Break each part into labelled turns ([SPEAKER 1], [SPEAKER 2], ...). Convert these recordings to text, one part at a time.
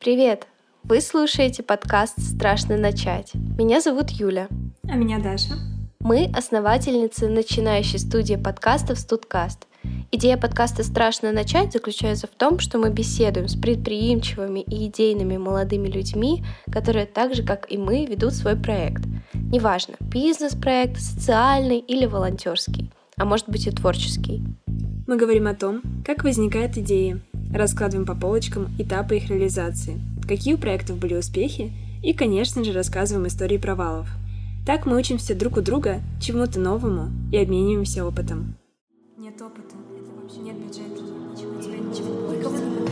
[SPEAKER 1] Привет! Вы слушаете подкаст «Страшно начать». Меня зовут Юля.
[SPEAKER 2] А меня Даша.
[SPEAKER 1] Мы основательницы начинающей студии подкастов «Студкаст». Идея подкаста «Страшно начать» заключается в том, что мы беседуем с предприимчивыми и идейными молодыми людьми, которые так же, как и мы, ведут свой проект. Неважно, бизнес-проект, социальный или волонтерский, а может быть и творческий.
[SPEAKER 2] Мы говорим о том, как возникают идеи, раскладываем по полочкам этапы их реализации, какие у проектов были успехи и, конечно же, рассказываем истории провалов. Так мы учимся друг у друга чему-то новому и обмениваемся опытом. Нет опыта, это вообще нет бюджета, ничего, тебя ничего, никого не...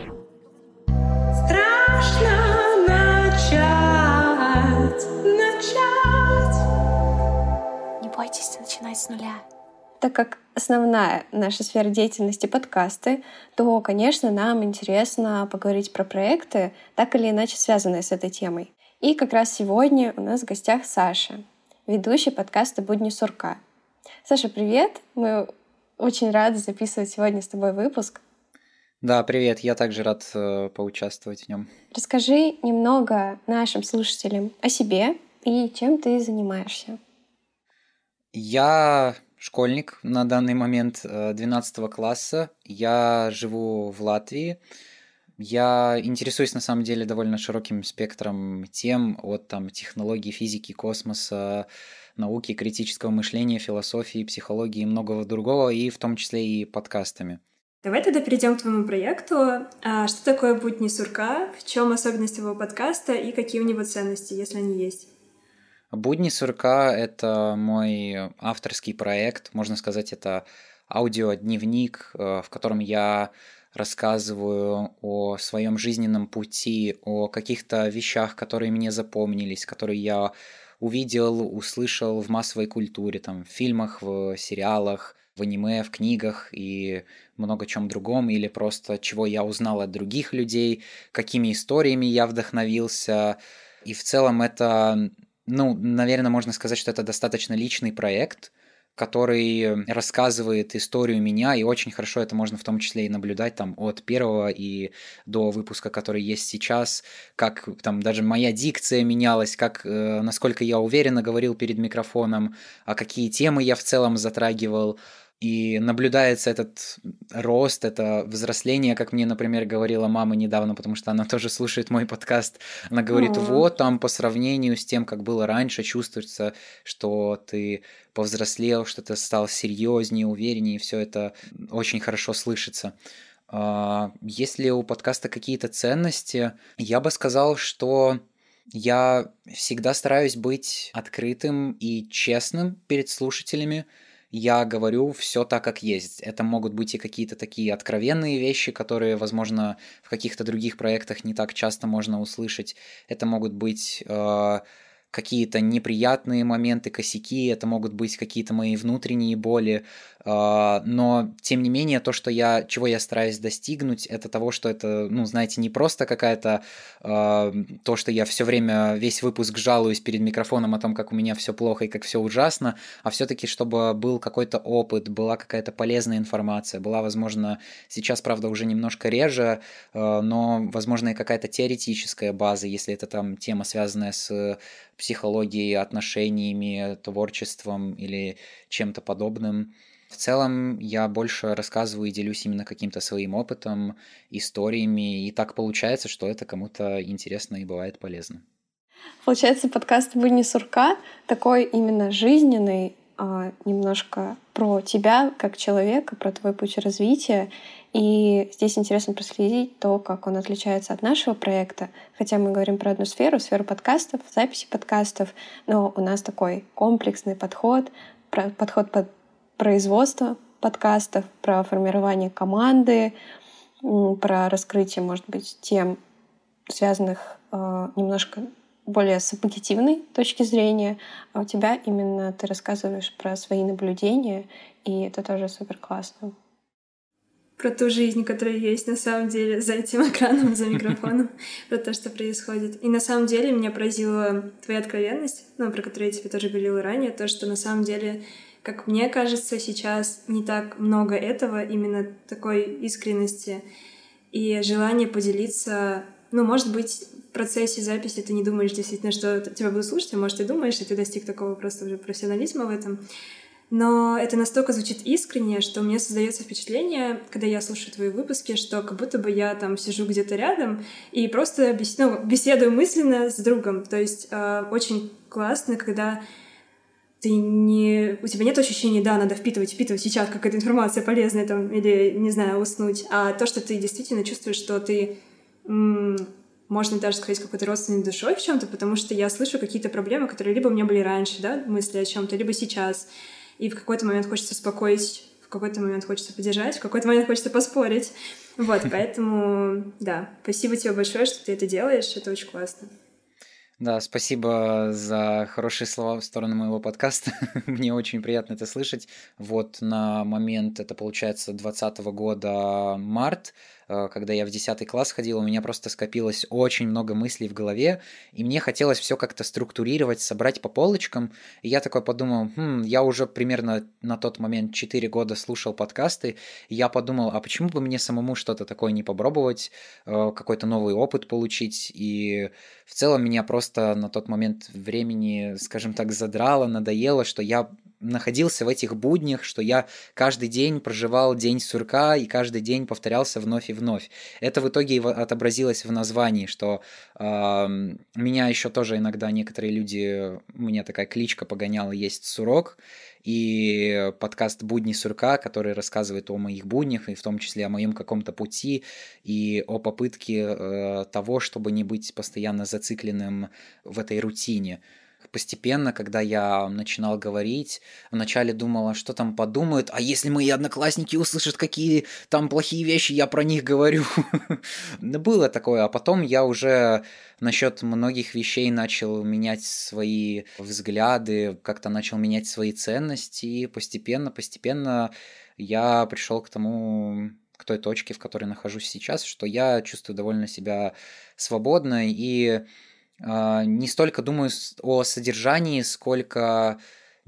[SPEAKER 2] Страшно начать.
[SPEAKER 1] Не бойтесь начинать с нуля. Так как основная наша сфера деятельности — подкасты, то, конечно, нам интересно поговорить про проекты, так или иначе связанные с этой темой. И как раз сегодня у нас в гостях Саша, ведущий подкаста «Будни сурка». Саша, привет! Мы очень рады записывать сегодня с тобой выпуск.
[SPEAKER 3] Да, привет, я также рад поучаствовать в нем.
[SPEAKER 1] Расскажи немного нашим слушателям о себе и чем ты занимаешься.
[SPEAKER 3] Я школьник на данный момент 12 класса. Я живу в Латвии. Я интересуюсь на самом деле довольно широким спектром тем от технологий, физики, космоса, науки, критического мышления, философии, психологии и многого другого, и в том числе и подкастами.
[SPEAKER 2] Давай тогда перейдем к твоему проекту. Что такое «Будни сурка», в чем особенность его подкаста и какие у него ценности, если они есть?
[SPEAKER 3] «Будни сурка» — это мой авторский проект, можно сказать, это аудиодневник, в котором я рассказываю о своем жизненном пути, о каких-то вещах, которые мне запомнились, которые я увидел, услышал в массовой культуре, в фильмах, в сериалах, в аниме, в книгах и много чем другом, или просто чего я узнал от других людей, какими историями я вдохновился. И в целом это... наверное, можно сказать, что это достаточно личный проект, который рассказывает историю меня, и очень хорошо это можно в том числе и наблюдать от первого и до выпуска, который есть сейчас, как даже моя дикция менялась, как насколько я уверенно говорил перед микрофоном, а какие темы я в целом затрагивал. И наблюдается этот рост, это взросление, как мне, например, говорила мама недавно, потому что она тоже слушает мой подкаст. Она говорит, по сравнению с тем, как было раньше, чувствуется, что ты повзрослел, что ты стал серьезнее, увереннее, и все это очень хорошо слышится. Есть ли у подкаста какие-то ценности? Я бы сказал, что я всегда стараюсь быть открытым и честным перед слушателями. Я говорю все так, как есть. Это могут быть и какие-то такие откровенные вещи, которые, возможно, в каких-то других проектах не так часто можно услышать. Это могут быть какие-то неприятные моменты, косяки, это могут быть какие-то мои внутренние боли, но, тем не менее, чего я стараюсь достигнуть, это того, что это, не просто какая-то, то, что я все время, весь выпуск жалуюсь перед микрофоном о том, как у меня все плохо и как все ужасно, а все-таки, чтобы был какой-то опыт, была какая-то полезная информация, была, возможно, сейчас, правда, уже немножко реже, но, возможно, и какая-то теоретическая база, если это тема, связанная с психологией, отношениями, творчеством или чем-то подобным. В целом я больше рассказываю и делюсь именно каким-то своим опытом, историями, и так получается, что это кому-то интересно и бывает полезно.
[SPEAKER 1] Получается, подкаст «Будни сурка» такой именно жизненный, немножко про тебя как человека, про твой путь развития. И здесь интересно проследить то, как он отличается от нашего проекта. Хотя мы говорим про одну сферу подкастов, записи подкастов, но у нас такой комплексный подход под производство подкастов, про формирование команды, про раскрытие, может быть, тем, связанных немножко более с объективной точки зрения, а у тебя именно ты рассказываешь про свои наблюдения, и это тоже супер классно.
[SPEAKER 2] Про ту жизнь, которая есть на самом деле за этим экраном, за микрофоном, про то, что происходит. И на самом деле меня поразила твоя откровенность, про которую я тебе тоже говорила ранее, то, что на самом деле, как мне кажется, сейчас не так много этого, именно такой искренности и желания поделиться ну, может быть, в процессе записи ты не думаешь действительно, что тебя будут слушать, а может, и думаешь, и ты достиг такого просто уже профессионализма в этом. Но это настолько звучит искренне, что у меня создается впечатление, когда я слушаю твои выпуски, что как будто бы я там сижу где-то рядом и просто беседую мысленно с другом. То есть очень классно, когда у тебя нет ощущения, да, надо впитывать сейчас какая-то информация полезная там, или, не знаю, уснуть, а то, что ты действительно чувствуешь, что ты, можно даже сказать, какой-то родственной душой в чем-то, потому что я слышу какие-то проблемы, которые либо у меня были раньше, да, мысли о чем-то, либо сейчас. И в какой-то момент хочется успокоить, в какой-то момент хочется поддержать, в какой-то момент хочется поспорить. Вот, поэтому, да, спасибо тебе большое, что ты это делаешь, это очень классно.
[SPEAKER 3] Да, спасибо за хорошие слова в сторону моего подкаста. Мне очень приятно это слышать. Вот на момент, это получается 2020 года март, когда я в 10 класс ходил, у меня просто скопилось очень много мыслей в голове, и мне хотелось все как-то структурировать, собрать по полочкам. И я такой подумал, я уже примерно на тот момент 4 года слушал подкасты, и я подумал, а почему бы мне самому что-то такое не попробовать, какой-то новый опыт получить, и в целом меня просто на тот момент времени, скажем так, задрало, надоело, что я находился в этих буднях, что я каждый день проживал день сурка и каждый день повторялся вновь и вновь. Это в итоге отобразилось в названии, что меня еще тоже иногда некоторые люди, у меня такая кличка погоняла, есть Сурок, и подкаст «Будни сурка», который рассказывает о моих буднях, и в том числе о моем каком-то пути, и о попытке того, чтобы не быть постоянно зацикленным в этой рутине. Постепенно, когда я начинал говорить, вначале думала, что там подумают, а если мои одноклассники услышат, какие там плохие вещи я про них говорю. Было такое, а потом я уже насчет многих вещей начал менять свои взгляды, как-то начал менять свои ценности, и постепенно я пришел к той точке, в которой нахожусь сейчас, что я чувствую довольно себя свободно и не столько думаю о содержании, сколько...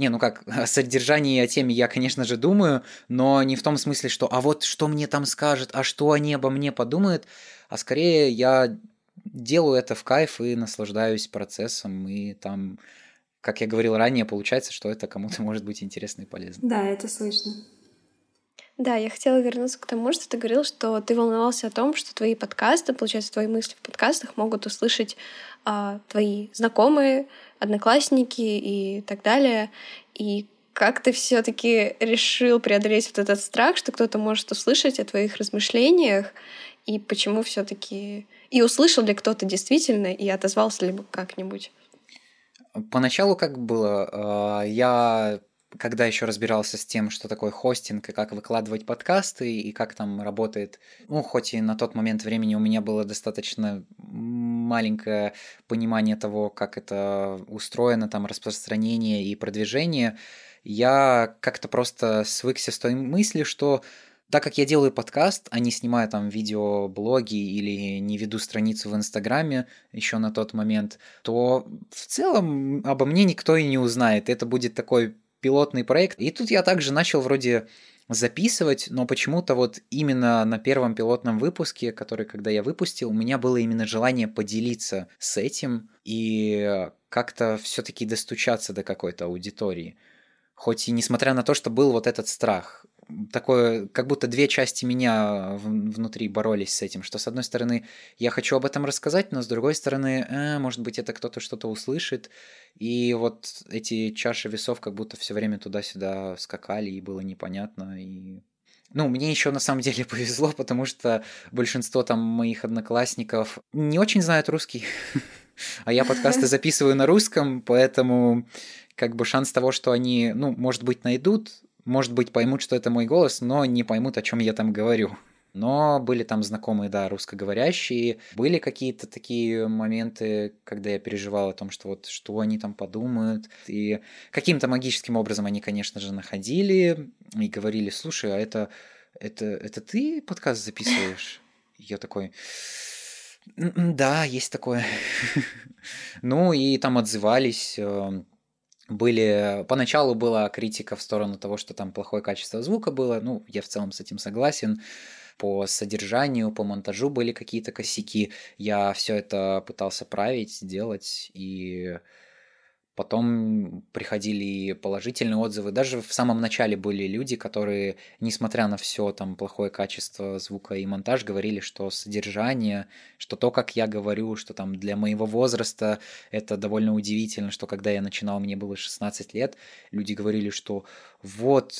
[SPEAKER 3] о содержании и о теме я, конечно же, думаю, но не в том смысле, что «а вот что мне там скажут, а что они обо мне подумают», а скорее я делаю это в кайф и наслаждаюсь процессом, и там, как я говорил ранее, получается, что это кому-то может быть интересно и полезно.
[SPEAKER 2] Да, это слышно.
[SPEAKER 1] Да, я хотела вернуться к тому, что ты говорил, что ты волновался о том, что твои подкасты, получается, твои мысли в подкастах могут услышать твои знакомые, одноклассники и так далее. И как ты все-таки решил преодолеть вот этот страх, что кто-то может услышать о твоих размышлениях, и почему все-таки и услышал ли кто-то действительно, и отозвался ли как-нибудь?
[SPEAKER 3] Поначалу как было? Я когда еще разбирался с тем, что такое хостинг и как выкладывать подкасты, и как там работает, хоть и на тот момент времени у меня было достаточно маленькое понимание того, как это устроено, там распространение и продвижение, я как-то просто свыкся с той мыслью, что так как я делаю подкаст, а не снимаю там видеоблоги или не веду страницу в Инстаграме еще на тот момент, то в целом обо мне никто и не узнает. Это будет такой пилотный проект. И тут я также начал вроде записывать, но почему-то вот именно на первом пилотном выпуске, который когда я выпустил, у меня было именно желание поделиться с этим и как-то все-таки достучаться до какой-то аудитории. Хоть и несмотря на то, что был вот этот страх. Такое, как будто две части меня внутри боролись с этим, что с одной стороны я хочу об этом рассказать, но с другой стороны, может быть, это кто-то что-то услышит, и вот эти чаши весов как будто все время туда-сюда скакали, и было непонятно, и... мне еще на самом деле повезло, потому что большинство там моих одноклассников не очень знают русский, а я подкасты записываю на русском, поэтому как бы шанс того, что они, может быть, найдут, может быть, поймут, что это мой голос, но не поймут, о чем я там говорю. Но были там знакомые, да, русскоговорящие. Были какие-то такие моменты, когда я переживал о том, что вот что они там подумают. И каким-то магическим образом они, конечно же, находили и говорили: слушай, а это ты подкаст записываешь? И я такой: да, есть такое. И там отзывались. Поначалу была критика в сторону того, что там плохое качество звука было, я в целом с этим согласен. по содержанию, по монтажу были какие-то косяки. Я все это пытался править, делать, и потом приходили и положительные отзывы. Даже в самом начале были люди, которые, несмотря на все там плохое качество звука и монтаж, говорили, что содержание, что то, как я говорю, что там для моего возраста это довольно удивительно, что когда я начинал, мне было 16 лет, люди говорили, что вот,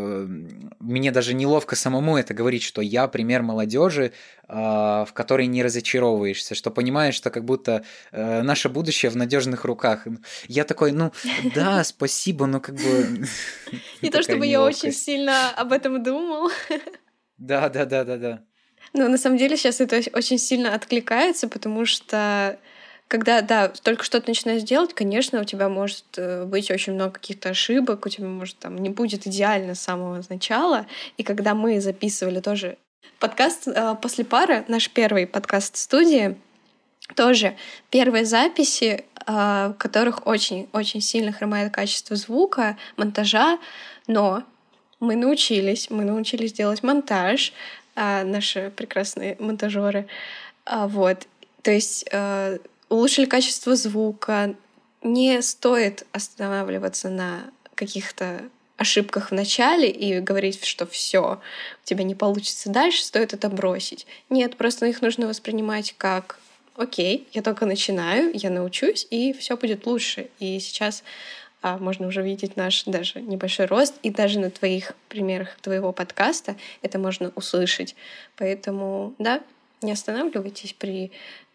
[SPEAKER 3] мне даже неловко самому это говорить, что я пример молодежи, в которой не разочаровываешься, что понимаешь, что как будто наше будущее в надежных руках. Я такой, ну да, спасибо, но как бы...
[SPEAKER 1] Не то чтобы я очень сильно об этом думал.
[SPEAKER 3] Да.
[SPEAKER 1] Но на самом деле сейчас это очень сильно откликается, потому что когда, да, только что-то начинаешь делать, конечно, у тебя может быть очень много каких-то ошибок, у тебя, может, там не будет идеально с самого начала. И когда мы записывали тоже подкаст «После пары», наш первый подкаст в студии, тоже первые записи, в которых очень-очень сильно хромает качество звука, монтажа, но мы научились делать монтаж, наши прекрасные монтажеры. Вот. То есть улучшили качество звука. Не стоит останавливаться на каких-то ошибках в начале и говорить, что все, у тебя не получится дальше, стоит это бросить. Нет, просто их нужно воспринимать как окей, я только начинаю, я научусь, и все будет лучше. И сейчас можно уже видеть наш даже небольшой рост, и даже на твоих примерах твоего подкаста это можно услышать. Поэтому, да, не останавливайтесь при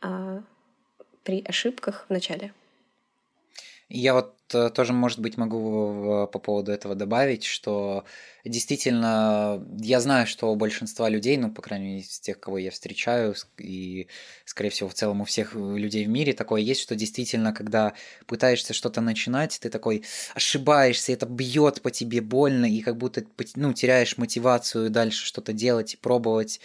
[SPEAKER 1] ошибках в начале.
[SPEAKER 3] Я вот тоже, может быть, могу по поводу этого добавить, что действительно, я знаю, что у большинства людей, ну, по крайней мере, из тех, кого я встречаю, и, скорее всего, в целом у всех людей в мире такое есть, что действительно, когда пытаешься что-то начинать, ты такой ошибаешься, это бьет по тебе больно, и как будто, ну, теряешь мотивацию дальше что-то делать и пробовать.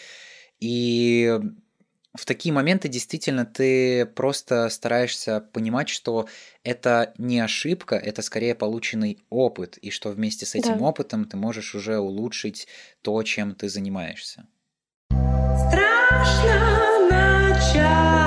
[SPEAKER 3] И в такие моменты действительно ты просто стараешься понимать, что это не ошибка, это скорее полученный опыт, и что вместе с этим опытом ты можешь уже улучшить то, чем ты занимаешься.
[SPEAKER 2] Страшно начать.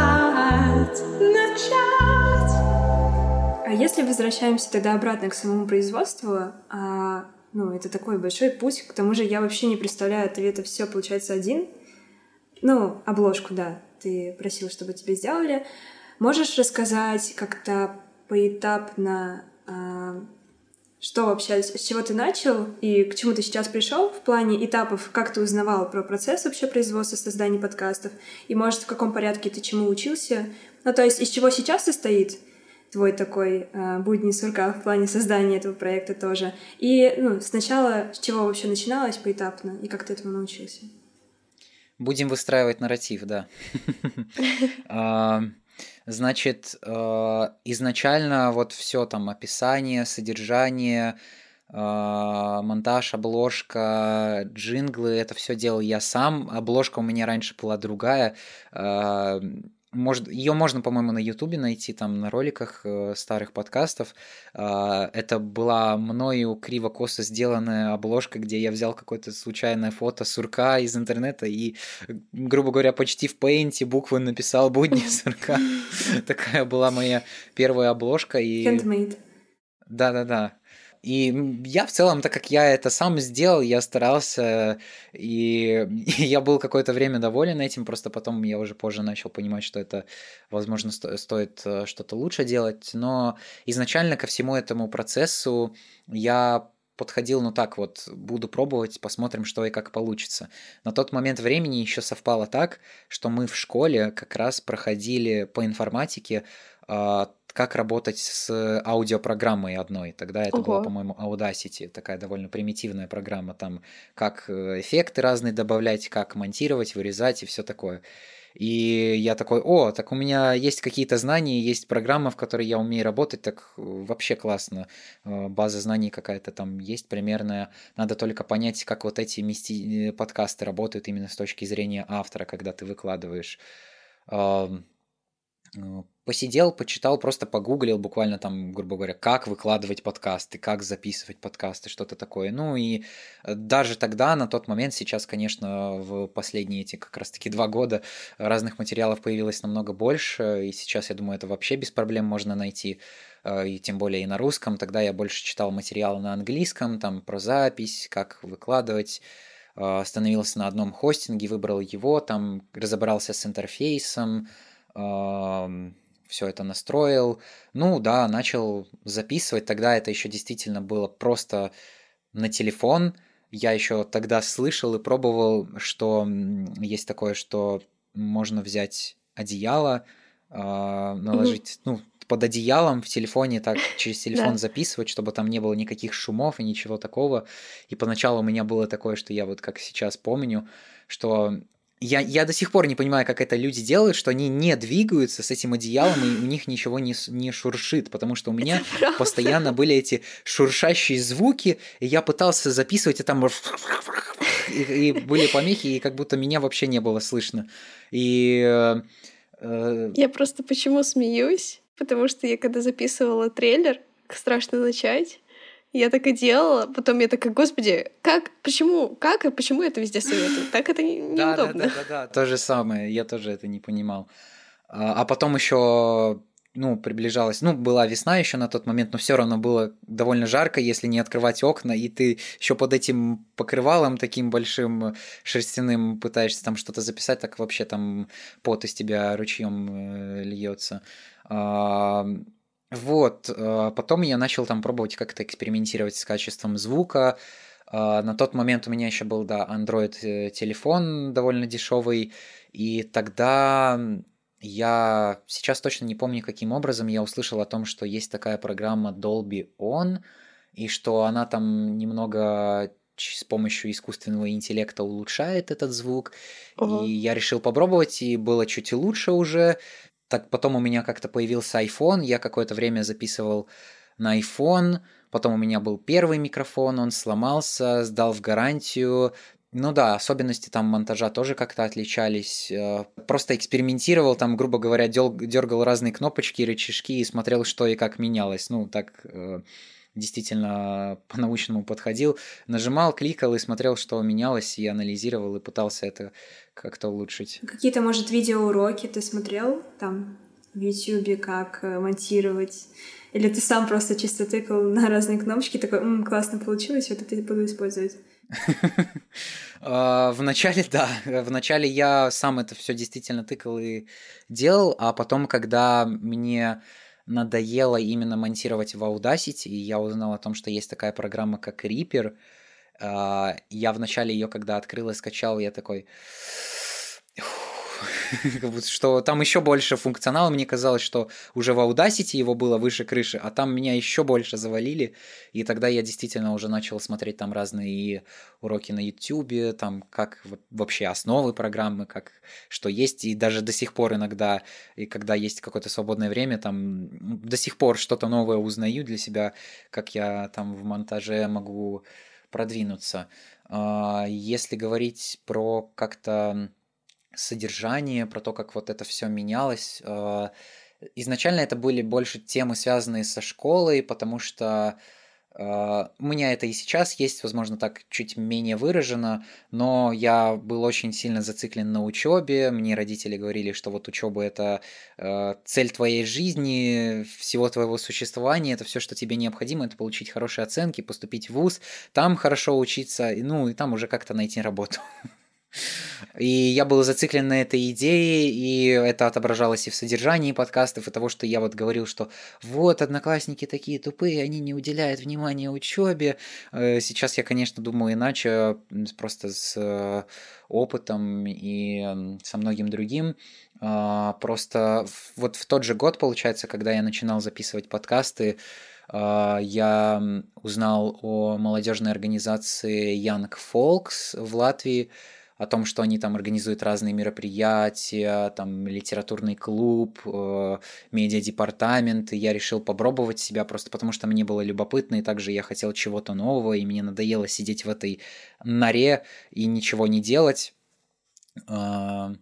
[SPEAKER 2] А если возвращаемся тогда обратно к самому производству, ну, это такой большой путь, к тому же я вообще не представляю, ты это все получается один. Ну, обложку, да, ты просил, чтобы тебе сделали. Можешь рассказать как-то поэтапно, что вообще, с чего ты начал и к чему ты сейчас пришел в плане этапов, как ты узнавал про процесс вообще производства, создания подкастов, и, может, в каком порядке ты чему учился? Ну, то есть, из чего сейчас состоит твой такой будни сурка в плане создания этого проекта тоже? И, ну, сначала, с чего вообще начиналось поэтапно, и как ты этому научился?
[SPEAKER 3] Будем выстраивать нарратив, да. Значит, изначально вот все там описание, содержание, монтаж, обложка, джинглы, это все делал я сам. Обложка у меня раньше была другая. Ее можно, по-моему, на Ютубе найти, там на роликах старых подкастов. Это была мною криво-косо сделанная обложка, где я взял какое-то случайное фото сурка из интернета и, грубо говоря, почти в пейнте буквы написал «Будни сурка». Такая была моя первая обложка.
[SPEAKER 2] Handmade.
[SPEAKER 3] Да. И я в целом, так как я это сам сделал, я старался, и я был какое-то время доволен этим, просто потом я уже позже начал понимать, что это, возможно, стоит что-то лучше делать, но изначально ко всему этому процессу я подходил, ну так вот, буду пробовать, посмотрим, что и как получится. На тот момент времени еще совпало так, что мы в школе как раз проходили по информатике как работать с аудиопрограммой одной. Тогда это была, по-моему, Audacity, такая довольно примитивная программа, там как эффекты разные добавлять, как монтировать, вырезать и все такое. И я такой, так у меня есть какие-то знания, есть программа, в которой я умею работать, так вообще классно. База знаний какая-то там есть примерная. Надо только понять, как вот эти подкасты работают именно с точки зрения автора, когда ты выкладываешь. Посидел, почитал, просто погуглил буквально там, грубо говоря, как выкладывать подкасты, как записывать подкасты, что-то такое. Ну и даже тогда, на тот момент, сейчас, конечно, в последние эти как раз-таки 2 года разных материалов появилось намного больше, и сейчас, я думаю, это вообще без проблем можно найти, и тем более и на русском. Тогда я больше читал материалы на английском, там про запись, как выкладывать, остановился на одном хостинге, выбрал его, там разобрался с интерфейсом, все это настроил. Ну да, начал записывать. Тогда это еще действительно было просто на телефон. Я еще тогда слышал и пробовал, что есть такое, что можно взять одеяло, наложить, ну, под одеялом в телефоне, так через телефон записывать, чтобы там не было никаких шумов и ничего такого. И поначалу у меня было такое, что я вот как сейчас помню, что я до сих пор не понимаю, как это люди делают, что они не двигаются с этим одеялом, и у них ничего не шуршит, потому что у меня постоянно были эти шуршащие звуки, и я пытался записывать, и там и были помехи, и как будто меня вообще не было слышно. И
[SPEAKER 1] я просто почему смеюсь? Потому что я когда записывала трейлер «Страшно начать», я так и делала, потом я такая, господи, почему это везде советуют? Так это неудобно.
[SPEAKER 3] Да, то же самое, я тоже это не понимал. А потом еще, ну, приближалась, ну, была весна еще на тот момент, но все равно было довольно жарко, если не открывать окна, и ты еще под этим покрывалом таким большим шерстяным пытаешься там что-то записать, так вообще там пот из тебя ручьем льется. Вот, потом я начал там пробовать как-то экспериментировать с качеством звука. На тот момент у меня еще был, да, Android телефон довольно дешевый, и тогда я сейчас точно не помню, каким образом я услышал о том, что есть такая программа Dolby On, и что она там немного с помощью искусственного интеллекта улучшает этот звук. И я решил попробовать, и было чуть лучше уже. Так потом у меня как-то появился iPhone, я какое-то время записывал на iPhone, потом у меня был первый микрофон, он сломался, сдал в гарантию. Ну да, особенности там монтажа тоже как-то отличались. Просто экспериментировал, там, грубо говоря, дергал разные кнопочки, рычажки и смотрел, что и как менялось. Ну, так действительно по-научному подходил. Нажимал, кликал и смотрел, что менялось, и анализировал, и пытался это как-то улучшить.
[SPEAKER 2] Какие-то, может, видеоуроки ты смотрел там в Ютьюбе, как монтировать? Или ты сам просто чисто тыкал на разные кнопочки, такой, классно получилось, вот это я буду использовать?
[SPEAKER 3] Вначале, да. Вначале я сам это все действительно тыкал и делал, а потом, когда мне надоело именно монтировать в Audacity, и я узнал о том, что есть такая программа, как Reaper, я вначале ее, когда открыл и скачал, я такой... Как будто что там еще больше функционала, мне казалось, что уже в Audacity его было выше крыши, а там меня еще больше завалили, и тогда я действительно уже начал смотреть там разные уроки на YouTube, там как вообще основы программы, как что есть, и даже до сих пор иногда, и когда есть какое-то свободное время, там до сих пор что-то новое узнаю для себя, как я там в монтаже могу продвинуться. Если говорить про как-то содержание, про то, как вот это все менялось. Изначально это были больше темы, связанные со школой, потому что у меня это и сейчас есть, возможно, так чуть менее выражено, но я был очень сильно зациклен на учебе. Мне родители говорили, что вот учеба это цель твоей жизни, всего твоего существования, это все, что тебе необходимо, это получить хорошие оценки, поступить в вуз, там хорошо учиться, ну и там уже как-то найти работу. И я был зациклен на этой идее, и это отображалось и в содержании подкастов, и того, что я вот говорил, что вот, одноклассники такие тупые, они не уделяют внимания учебе. Сейчас я, конечно, думаю иначе, просто с опытом и со многим другим. Просто вот в тот же год, получается, когда я начинал записывать подкасты, я узнал о молодежной организации Young Folks в Латвии, о том, что они там организуют разные мероприятия, там литературный клуб, медиадепартамент, и я решил попробовать себя просто потому, что мне было любопытно, и также я хотел чего-то нового, и мне надоело сидеть в этой норе и ничего не делать.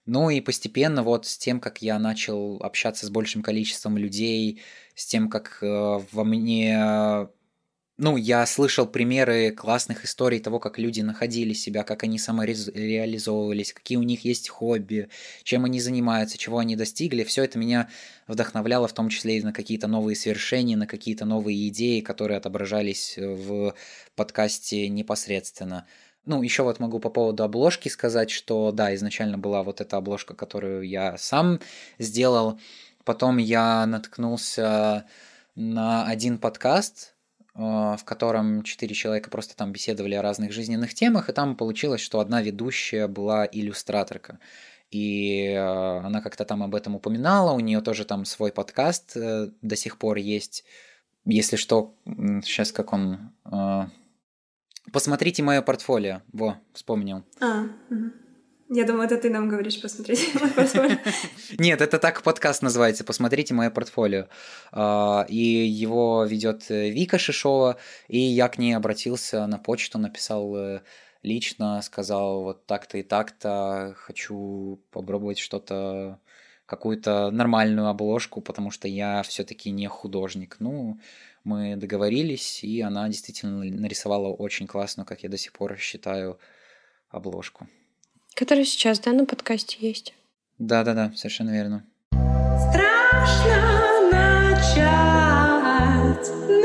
[SPEAKER 3] Ну и постепенно вот с тем, как я начал общаться с большим количеством людей, с тем, как во мне... Ну, я слышал примеры классных историй того, как люди находили себя, как они самореализовывались, какие у них есть хобби, чем они занимаются, чего они достигли. Все это меня вдохновляло, в том числе и на какие-то новые свершения, на какие-то новые идеи, которые отображались в подкасте непосредственно. Ну, еще вот могу по поводу обложки сказать, что да, изначально была вот эта обложка, которую я сам сделал. Потом я наткнулся на один подкаст, в котором 4 человека просто там беседовали о разных жизненных темах, и там получилось, что одна ведущая была иллюстраторка. И она как-то там об этом упоминала, у нее тоже там свой подкаст до сих пор есть. Если что, сейчас как он... Посмотрите мое портфолио. Во, вспомнил.
[SPEAKER 2] Угу. Я думаю, это ты нам говоришь посмотреть мое портфолио.
[SPEAKER 3] Нет, это так подкаст называется «Посмотрите мое портфолио». И его ведет Вика Шишова, и я к ней обратился на почту, написал лично, сказал вот так-то и так-то, хочу попробовать что-то, какую-то нормальную обложку, потому что я все-таки не художник. Ну, мы договорились, и она действительно нарисовала очень классную, как я до сих пор считаю, обложку.
[SPEAKER 1] Которая сейчас, да, на подкасте есть?
[SPEAKER 3] Да-да-да, совершенно верно.
[SPEAKER 2] Страшно начать.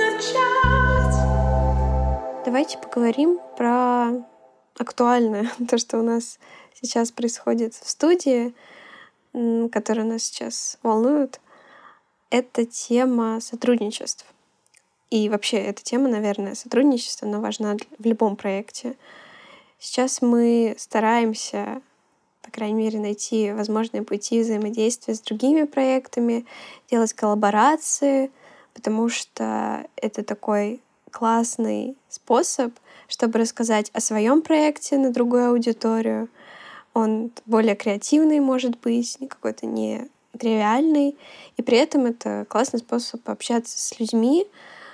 [SPEAKER 1] Давайте поговорим про актуальное, то, что у нас сейчас происходит в студии, которое нас сейчас волнует. Это тема сотрудничеств. И вообще эта тема, наверное, сотрудничество, она важна в любом проекте. Сейчас мы стараемся, по крайней мере, найти возможные пути взаимодействия с другими проектами, делать коллаборации, потому что это такой классный способ, чтобы рассказать о своем проекте на другую аудиторию. Он более креативный, может быть, какой-то не тривиальный, и при этом это классный способ общаться с людьми,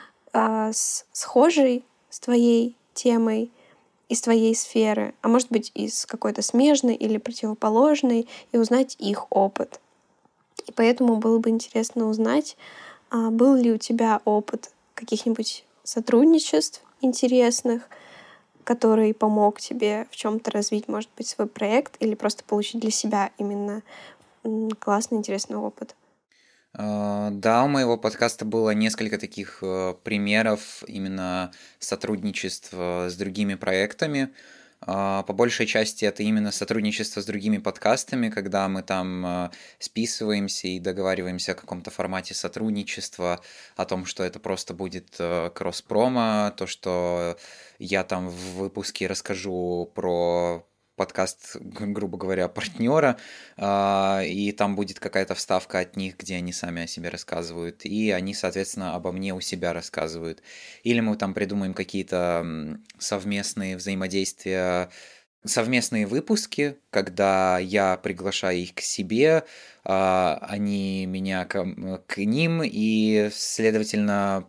[SPEAKER 1] схожей с твоей темой, из твоей сферы, а может быть, из какой-то смежной или противоположной, и узнать их опыт. И поэтому было бы интересно узнать, был ли у тебя опыт каких-нибудь сотрудничеств интересных, который помог тебе в чем-то развить, может быть, свой проект или просто получить для себя именно классный, интересный опыт.
[SPEAKER 3] Да, у моего подкаста было несколько таких примеров именно сотрудничеств с другими проектами. По большей части это именно сотрудничество с другими подкастами, когда мы там списываемся и договариваемся о каком-то формате сотрудничества, о том, что это просто будет кросс-промо, то, что я там в выпуске расскажу про подкаст, грубо говоря, партнера, и там будет какая-то вставка от них, где они сами о себе рассказывают, и они, соответственно, обо мне у себя рассказывают. Или мы там придумаем какие-то совместные взаимодействия, совместные выпуски, когда я приглашаю их к себе, они меня к ним, и, следовательно,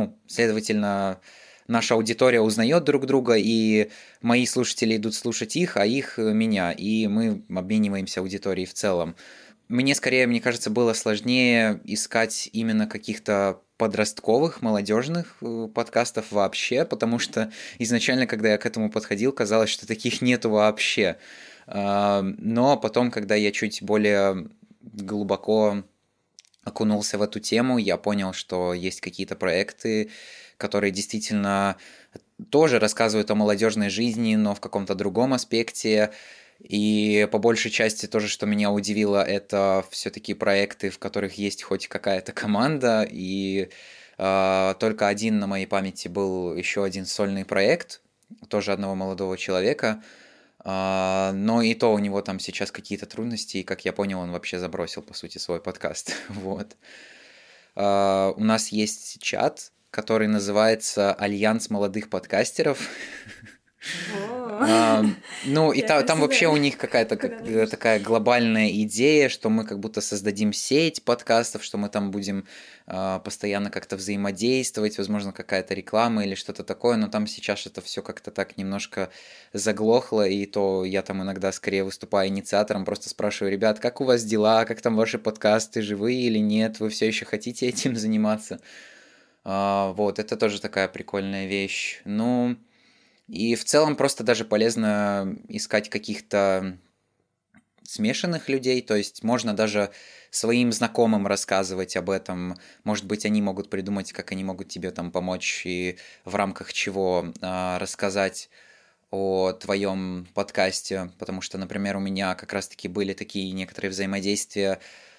[SPEAKER 3] наша аудитория узнает друг друга, и мои слушатели идут слушать их, а их меня, и мы обмениваемся аудиторией в целом. Мне кажется, было сложнее искать именно каких-то подростковых, молодежных подкастов вообще, потому что изначально, когда я к этому подходил, казалось, что таких нету вообще. Но потом, когда я чуть более глубоко окунулся в эту тему, я понял, что есть какие-то проекты, которые действительно тоже рассказывают о молодежной жизни, но в каком-то другом аспекте. И по большей части тоже, что меня удивило, это все-таки проекты, в которых есть хоть какая-то команда. И только один на моей памяти был еще один сольный проект, тоже одного молодого человека. Но и то у него там сейчас какие-то трудности, и, как я понял, он вообще забросил, по сути, свой подкаст. Вот. У нас есть чат, который называется «Альянс молодых подкастеров». Ну, и
[SPEAKER 2] Я,
[SPEAKER 3] там
[SPEAKER 2] кажется,
[SPEAKER 3] вообще у
[SPEAKER 2] знаю,
[SPEAKER 3] них какая-то
[SPEAKER 2] куда движешься.
[SPEAKER 3] такая глобальная идея, что мы как будто создадим сеть подкастов, что мы там будем постоянно как-то взаимодействовать, возможно, какая-то реклама или что-то такое, но там сейчас это все как-то так немножко заглохло, и то я там иногда скорее выступаю инициатором, просто спрашиваю: ребят, как у вас дела, как там ваши подкасты, живые или нет, вы все еще хотите этим заниматься? Вот, это тоже такая прикольная вещь. Ну, и в целом просто даже полезно искать каких-то смешанных людей, то есть можно даже своим знакомым рассказывать об этом, может быть, они могут придумать, как они могут тебе там помочь и в рамках чего рассказать о твоем подкасте, потому что, например, у меня как раз-таки были такие некоторые взаимодействия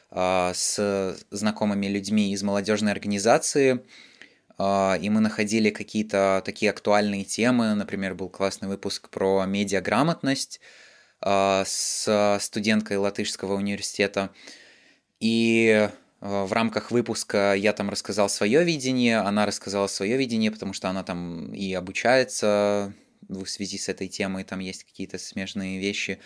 [SPEAKER 3] с знакомыми людьми из молодежной организации, и мы находили какие-то такие актуальные темы. Например, был классный выпуск про медиаграмотность с студенткой Латышского университета. И в рамках выпуска я там рассказал свое видение, она рассказала свое видение, потому что она там и обучается в связи с этой темой, там есть какие-то смежные вещи.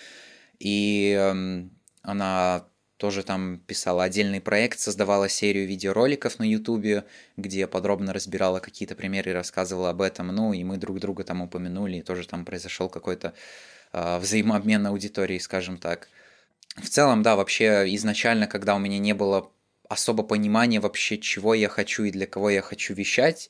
[SPEAKER 3] И она тоже там писала отдельный проект, создавала серию видеороликов на Ютубе, где подробно разбирала какие-то примеры и рассказывала об этом. Ну, и мы друг друга там упомянули, и тоже там произошел какой-то взаимообмен аудитории, скажем так. В целом, да, вообще изначально, когда у меня не было особо понимания вообще, чего я хочу и для кого я хочу вещать,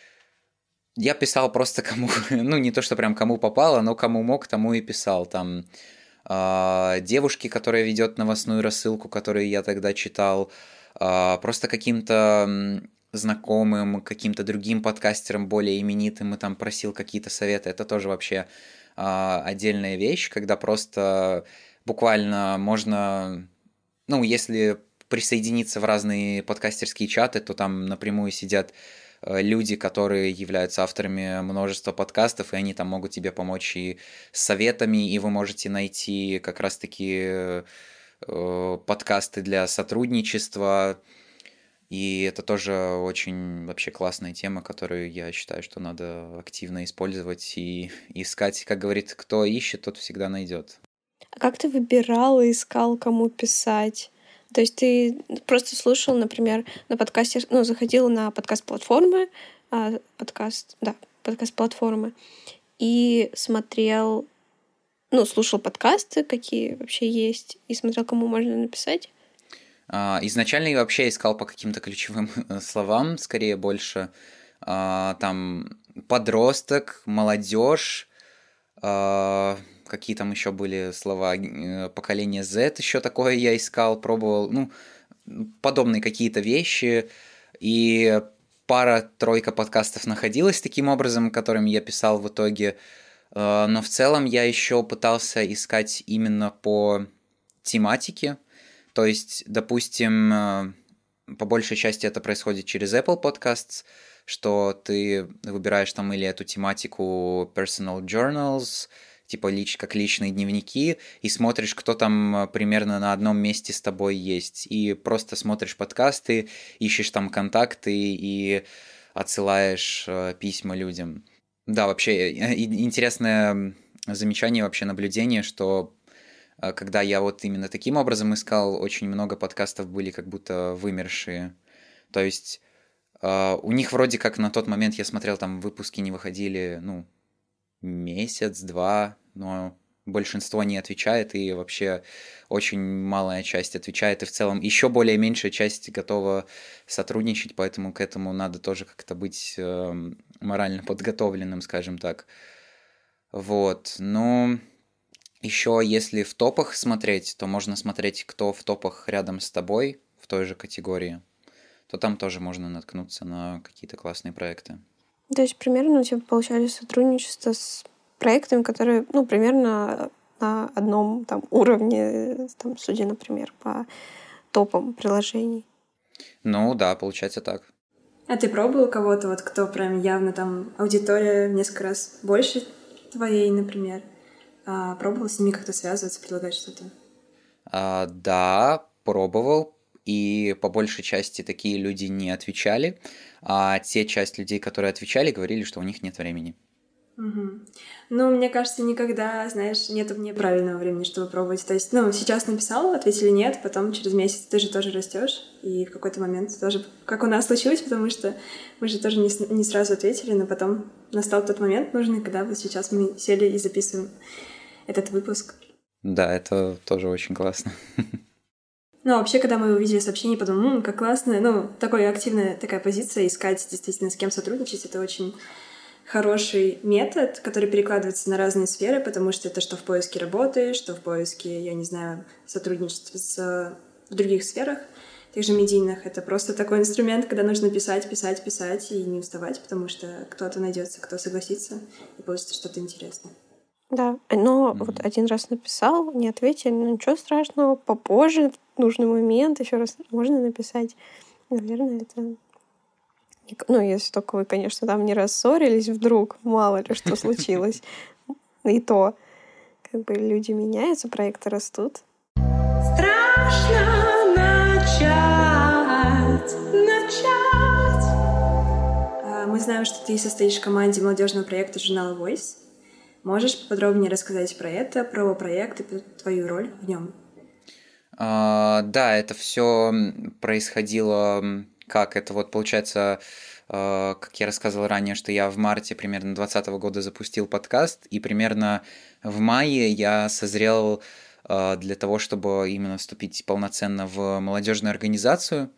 [SPEAKER 3] я писал просто кому, ну, не то, что прям кому попало, но кому мог, тому и писал. Там девушке, которая ведет новостную рассылку, которую я тогда читал, просто каким-то знакомым, каким-то другим подкастерам более именитым, и там просил какие-то советы. Это тоже вообще отдельная вещь, когда просто буквально можно, ну, если присоединиться в разные подкастерские чаты, то там напрямую сидят люди, которые являются авторами множества подкастов, и они там могут тебе помочь и с советами, и вы можете найти как раз-таки подкасты для сотрудничества, и это тоже очень вообще классная тема, которую я считаю, что надо активно использовать и искать. Как говорит, кто ищет, тот всегда найдет.
[SPEAKER 1] А как ты выбирал и искал, кому писать? То есть ты просто слушал, например, на подкасте, ну, заходил на подкаст-платформы, подкаст-платформы, и смотрел, ну, слушал подкасты, какие вообще есть, и смотрел, кому можно написать?
[SPEAKER 3] Изначально я вообще искал по каким-то ключевым словам, скорее больше. Там подросток, молодежь, какие там еще были слова, поколение Z, еще такое я искал, пробовал, ну, подобные какие-то вещи, и пара-тройка подкастов находилась таким образом, которым я писал в итоге, но в целом я еще пытался искать именно по тематике, то есть, допустим, по большей части это происходит через Apple Podcasts, что ты выбираешь там или эту тематику personal journals, типа как личные дневники, и смотришь, кто там примерно на одном месте с тобой есть. И просто смотришь подкасты, ищешь там контакты и отсылаешь письма людям. Да, вообще интересное замечание, вообще наблюдение, что когда я вот именно таким образом искал, очень много подкастов были как будто вымершие. То есть у них вроде как на тот момент, я смотрел, там выпуски не выходили, ну, месяц-два, но большинство не отвечает, и вообще очень малая часть отвечает, и в целом еще более меньшая часть готова сотрудничать, поэтому к этому надо тоже как-то быть морально подготовленным, скажем так. Вот, но еще если в топах смотреть, то можно смотреть, кто в топах рядом с тобой в той же категории, то там тоже можно наткнуться на какие-то классные проекты.
[SPEAKER 1] То есть примерно у тебя получались сотрудничество с проектами, которые, ну, примерно на одном там уровне, там, судя, например, по топам приложений.
[SPEAKER 3] Ну да, получается так.
[SPEAKER 2] А ты пробовал кого-то, вот кто прям явно там аудитория в несколько раз больше твоей, например? Пробовал с ними как-то связываться, предлагать что-то?
[SPEAKER 3] Да, пробовал, и по большей части такие люди не отвечали, а те часть людей, которые отвечали, говорили, что у них нет времени.
[SPEAKER 2] Мгм. Ну, мне кажется, никогда, знаешь, нету неправильного времени, чтобы пробовать. То есть, сейчас написал, ответили нет, потом через месяц ты же тоже растешь, и в какой-то момент тоже, как у нас случилось, потому что мы же тоже не сразу ответили, но потом настал тот момент нужный, когда вот сейчас мы сели и записываем этот выпуск.
[SPEAKER 3] Да, это тоже очень классно.
[SPEAKER 2] Ну, а вообще, когда мы увидели сообщение, подумали, как классно. Такая активная такая позиция, искать действительно с кем сотрудничать, это очень хороший метод, который перекладывается на разные сферы, потому что это что в поиске работы, что в поиске, я не знаю, сотрудничества в других сферах, тех же медийных. Это просто такой инструмент, когда нужно писать, писать, писать и не уставать, потому что кто-то найдется, кто согласится, и получится что-то интересное.
[SPEAKER 1] Да, но вот один раз написал, не ответили, ну ничего страшного, попозже, в нужный момент еще раз можно написать. Наверное, это... Ну, если только вы, конечно, там не рассорились вдруг, мало ли что случилось. И то, как бы люди меняются, проекты растут.
[SPEAKER 2] Страшно начать. Мы знаем, что ты состоишь в команде молодежного проекта журнала Voice. Можешь поподробнее рассказать про это, про проект и про твою роль в нем?
[SPEAKER 3] Да, это все происходило как? Это вот получается, как я рассказывал ранее, что я в марте примерно 2020 года запустил подкаст, и примерно в мае я созрел для того, чтобы именно вступить полноценно в молодежную организацию.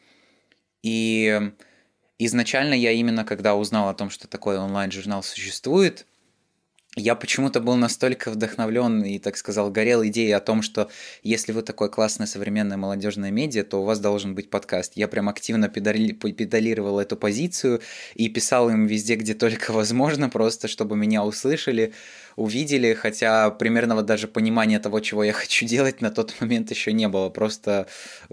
[SPEAKER 3] И изначально я именно, когда узнал о том, что такой онлайн-журнал существует, я почему-то был настолько вдохновлен и, так сказал, горел идеей о том, что если вы такое классное современное молодежное медиа, то у вас должен быть подкаст. Я прям активно педалировал эту позицию и писал им везде, где только возможно, просто чтобы меня услышали, увидели, хотя примерного даже понимания того, чего я хочу делать, на тот момент еще не было. Просто,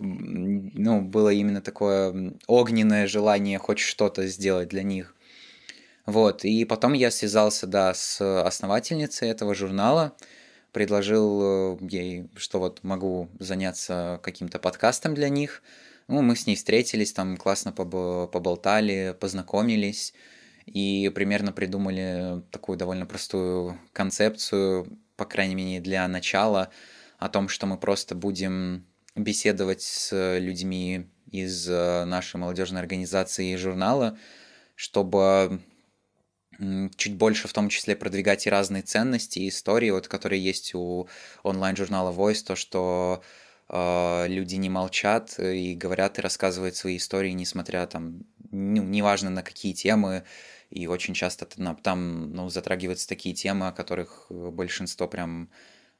[SPEAKER 3] было именно такое огненное желание хоть что-то сделать для них. Вот, и потом я связался, да, с основательницей этого журнала, предложил ей, что вот могу заняться каким-то подкастом для них. Мы с ней встретились, там классно поболтали, познакомились и примерно придумали такую довольно простую концепцию, по крайней мере, для начала, о том, что мы просто будем беседовать с людьми из нашей молодежной организации и журнала, чтобы чуть больше в том числе продвигать и разные ценности, и истории, вот, которые есть у онлайн-журнала Voice, то, что люди не молчат и говорят и рассказывают свои истории, несмотря там, неважно на какие темы, и очень часто там затрагиваются такие темы, о которых большинство прям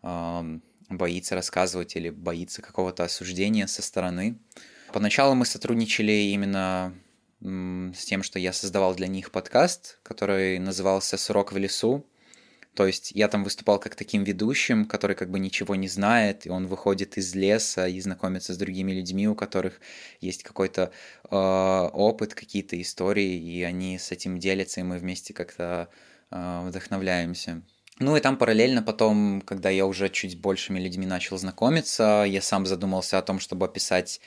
[SPEAKER 3] боится рассказывать или боится какого-то осуждения со стороны. Поначалу мы сотрудничали именно с тем, что я создавал для них подкаст, который назывался «Сурок в лесу». То есть я там выступал как таким ведущим, который как бы ничего не знает, и он выходит из леса и знакомится с другими людьми, у которых есть какой-то опыт, какие-то истории, и они с этим делятся, и мы вместе как-то вдохновляемся. И там параллельно потом, когда я уже чуть большими людьми начал знакомиться, я сам задумался о том, чтобы описать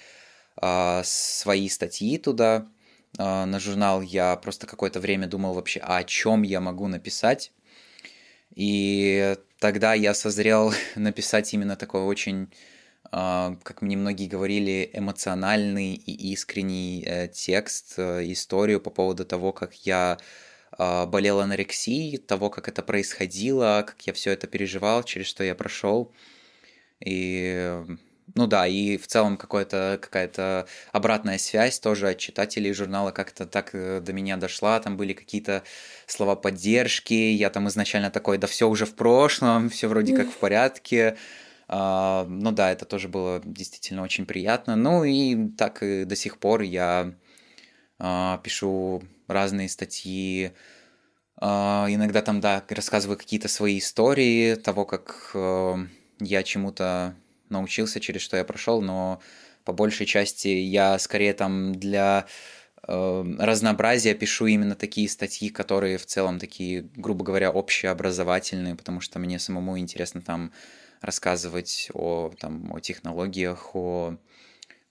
[SPEAKER 3] свои статьи туда, на журнал. Я просто какое-то время думал вообще, о чем я могу написать. И тогда я созрел написать именно такой очень, как мне многие говорили, эмоциональный и искренний текст, историю по поводу того, как я болел анорексией, того, как это происходило, как я все это переживал, через что я прошел. И и в целом какая-то обратная связь тоже от читателей журнала как-то так до меня дошла, там были какие-то слова поддержки, я там изначально такой, да все уже в прошлом, все вроде как в порядке, это тоже было действительно очень приятно, и так и до сих пор я пишу разные статьи, иногда там, рассказываю какие-то свои истории того, как я чему-то научился, через что я прошел, но по большей части я скорее там для разнообразия пишу именно такие статьи, которые в целом такие, грубо говоря, общеобразовательные, потому что мне самому интересно там рассказывать о технологиях, о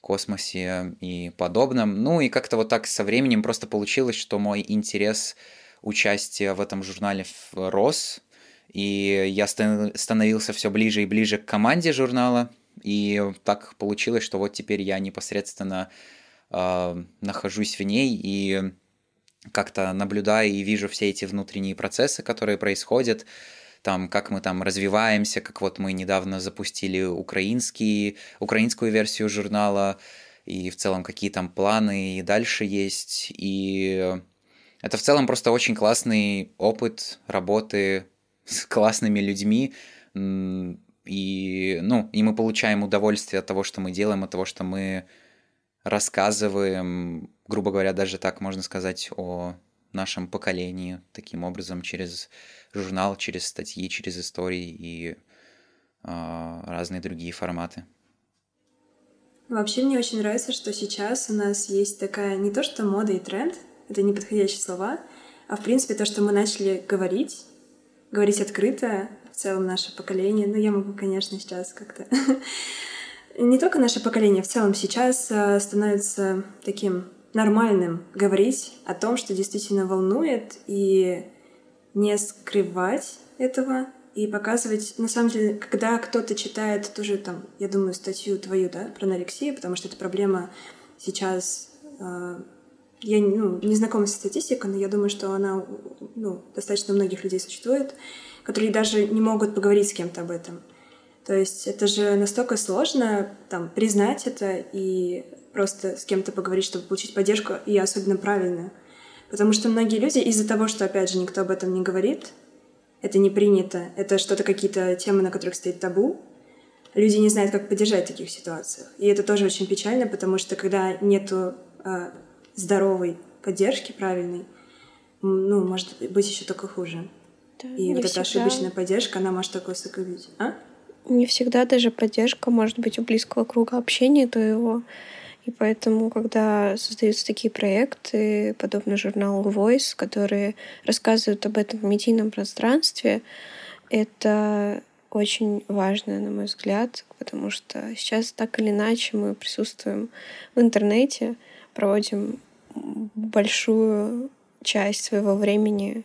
[SPEAKER 3] космосе и подобном. И как-то вот так со временем просто получилось, что мой интерес участия в этом журнале рос, и я становился все ближе и ближе к команде журнала, и так получилось, что вот теперь я непосредственно нахожусь в ней и как-то наблюдаю и вижу все эти внутренние процессы, которые происходят, там, как мы там развиваемся, как вот мы недавно запустили украинскую версию журнала, и в целом какие там планы и дальше есть. И это в целом просто очень классный опыт работы с классными людьми, и мы получаем удовольствие от того, что мы делаем, от того, что мы рассказываем, грубо говоря, даже так можно сказать, о нашем поколении таким образом через журнал, через статьи, через истории и разные другие форматы.
[SPEAKER 2] Вообще мне очень нравится, что сейчас у нас есть такая не то что мода и тренд, это неподходящие слова, а в принципе то, что мы начали говорить открыто, в целом наше поколение. Я могу, конечно, сейчас как-то... Не только наше поколение, в целом сейчас становится таким нормальным говорить о том, что действительно волнует, и не скрывать этого, и показывать, на самом деле, когда кто-то читает тоже там, я думаю, статью твою, да, про анорексию, потому что эта проблема сейчас, я не знакома со статистикой, но я думаю, что она достаточно многих людей существует, которые даже не могут поговорить с кем-то об этом. То есть это же настолько сложно там признать это и просто с кем-то поговорить, чтобы получить поддержку, и особенно правильную. Потому что многие люди из-за того, что, опять же, никто об этом не говорит, это не принято, это что-то, какие-то темы, на которых стоит табу, люди не знают, как поддержать в таких ситуациях. И это тоже очень печально, потому что когда нету здоровой поддержки правильной, может быть еще только хуже. Да, и вот эта ошибочная поддержка, она может такое усугубить.
[SPEAKER 1] Не всегда даже поддержка может быть у близкого круга общения твоего. И поэтому, когда создаются такие проекты, подобно журналу Voice, которые рассказывают об этом в медийном пространстве, это очень важно, на мой взгляд, потому что сейчас так или иначе мы присутствуем в интернете, проводим большую часть своего времени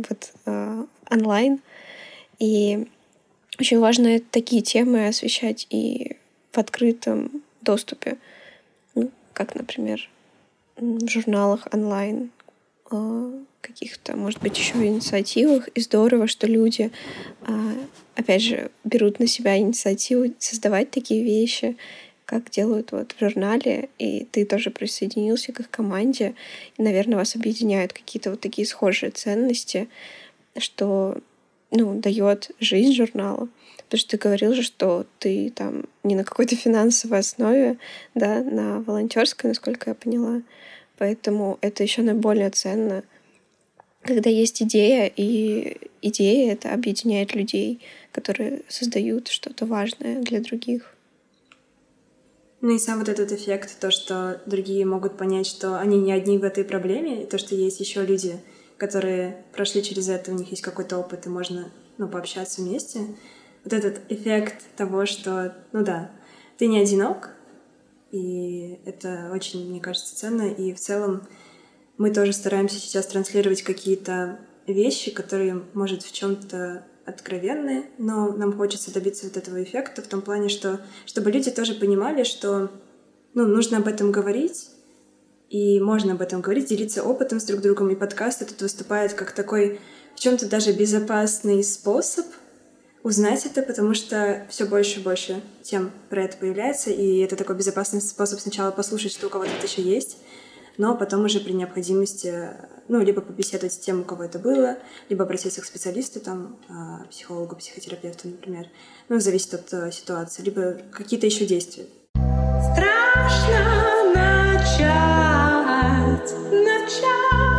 [SPEAKER 1] онлайн. И очень важно такие темы освещать и в открытом доступе, как, например, в журналах онлайн, каких-то, может быть, еще инициативах. И здорово, что люди, опять же, берут на себя инициативу создавать такие вещи, как делают в журнале, и ты тоже присоединился к их команде. И, наверное, вас объединяют какие-то такие схожие ценности, что дает жизнь журналу. Потому что ты говорил же, что ты там не на какой-то финансовой основе, да, на волонтерской, насколько я поняла. Поэтому это еще наиболее ценно, когда есть идея, и идея это объединяет людей, которые создают что-то важное для других.
[SPEAKER 2] И сам этот эффект, то, что другие могут понять, что они не одни в этой проблеме, и то, что есть еще люди, которые прошли через это, у них есть какой-то опыт, и можно пообщаться вместе. Вот этот эффект того, что, ты не одинок, и это очень, мне кажется, ценно. И в целом мы тоже стараемся сейчас транслировать какие-то вещи, которые, может, в чем-то откровенные, но нам хочется добиться вот этого эффекта в том плане, что чтобы люди тоже понимали, что нужно об этом говорить, и можно об этом говорить, делиться опытом с друг другом, и подкаст этот выступает как такой в чем-то даже безопасный способ узнать это, потому что все больше и больше тем про это появляется, и это такой безопасный способ сначала послушать, что у кого-то это еще есть, но потом уже при необходимости, либо побеседовать с тем, у кого это было, либо обратиться к специалисту, психологу, психотерапевту, например. Зависит от ситуации, либо какие-то еще действия. Страшно начать.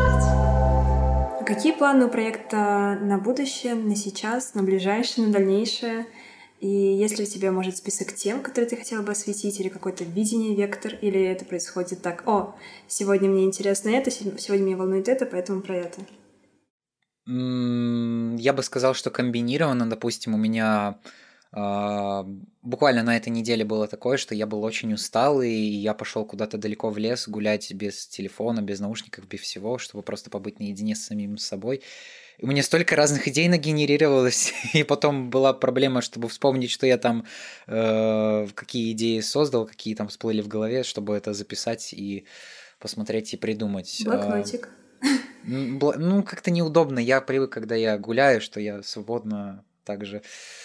[SPEAKER 2] А какие планы у проекта на будущее, на сейчас, на ближайшее, на дальнейшее? И есть ли у тебя, может, список тем, которые ты хотела бы осветить, или какое-то видение, вектор, или это происходит так: сегодня мне интересно это, сегодня меня волнует это, поэтому про это?
[SPEAKER 3] Я бы сказал, что комбинировано. Допустим, у меня Буквально на этой неделе было такое, что я был очень усталый, и я пошел куда-то далеко в лес гулять без телефона, без наушников, без всего, чтобы просто побыть наедине с самим собой. И у меня столько разных идей нагенерировалось, и потом была проблема, чтобы вспомнить, что я там, какие идеи создал, какие там всплыли в голове, чтобы это записать и посмотреть и придумать.
[SPEAKER 2] Блокнотик.
[SPEAKER 3] Ну, как-то неудобно. Я привык, когда я гуляю, что я свободно также.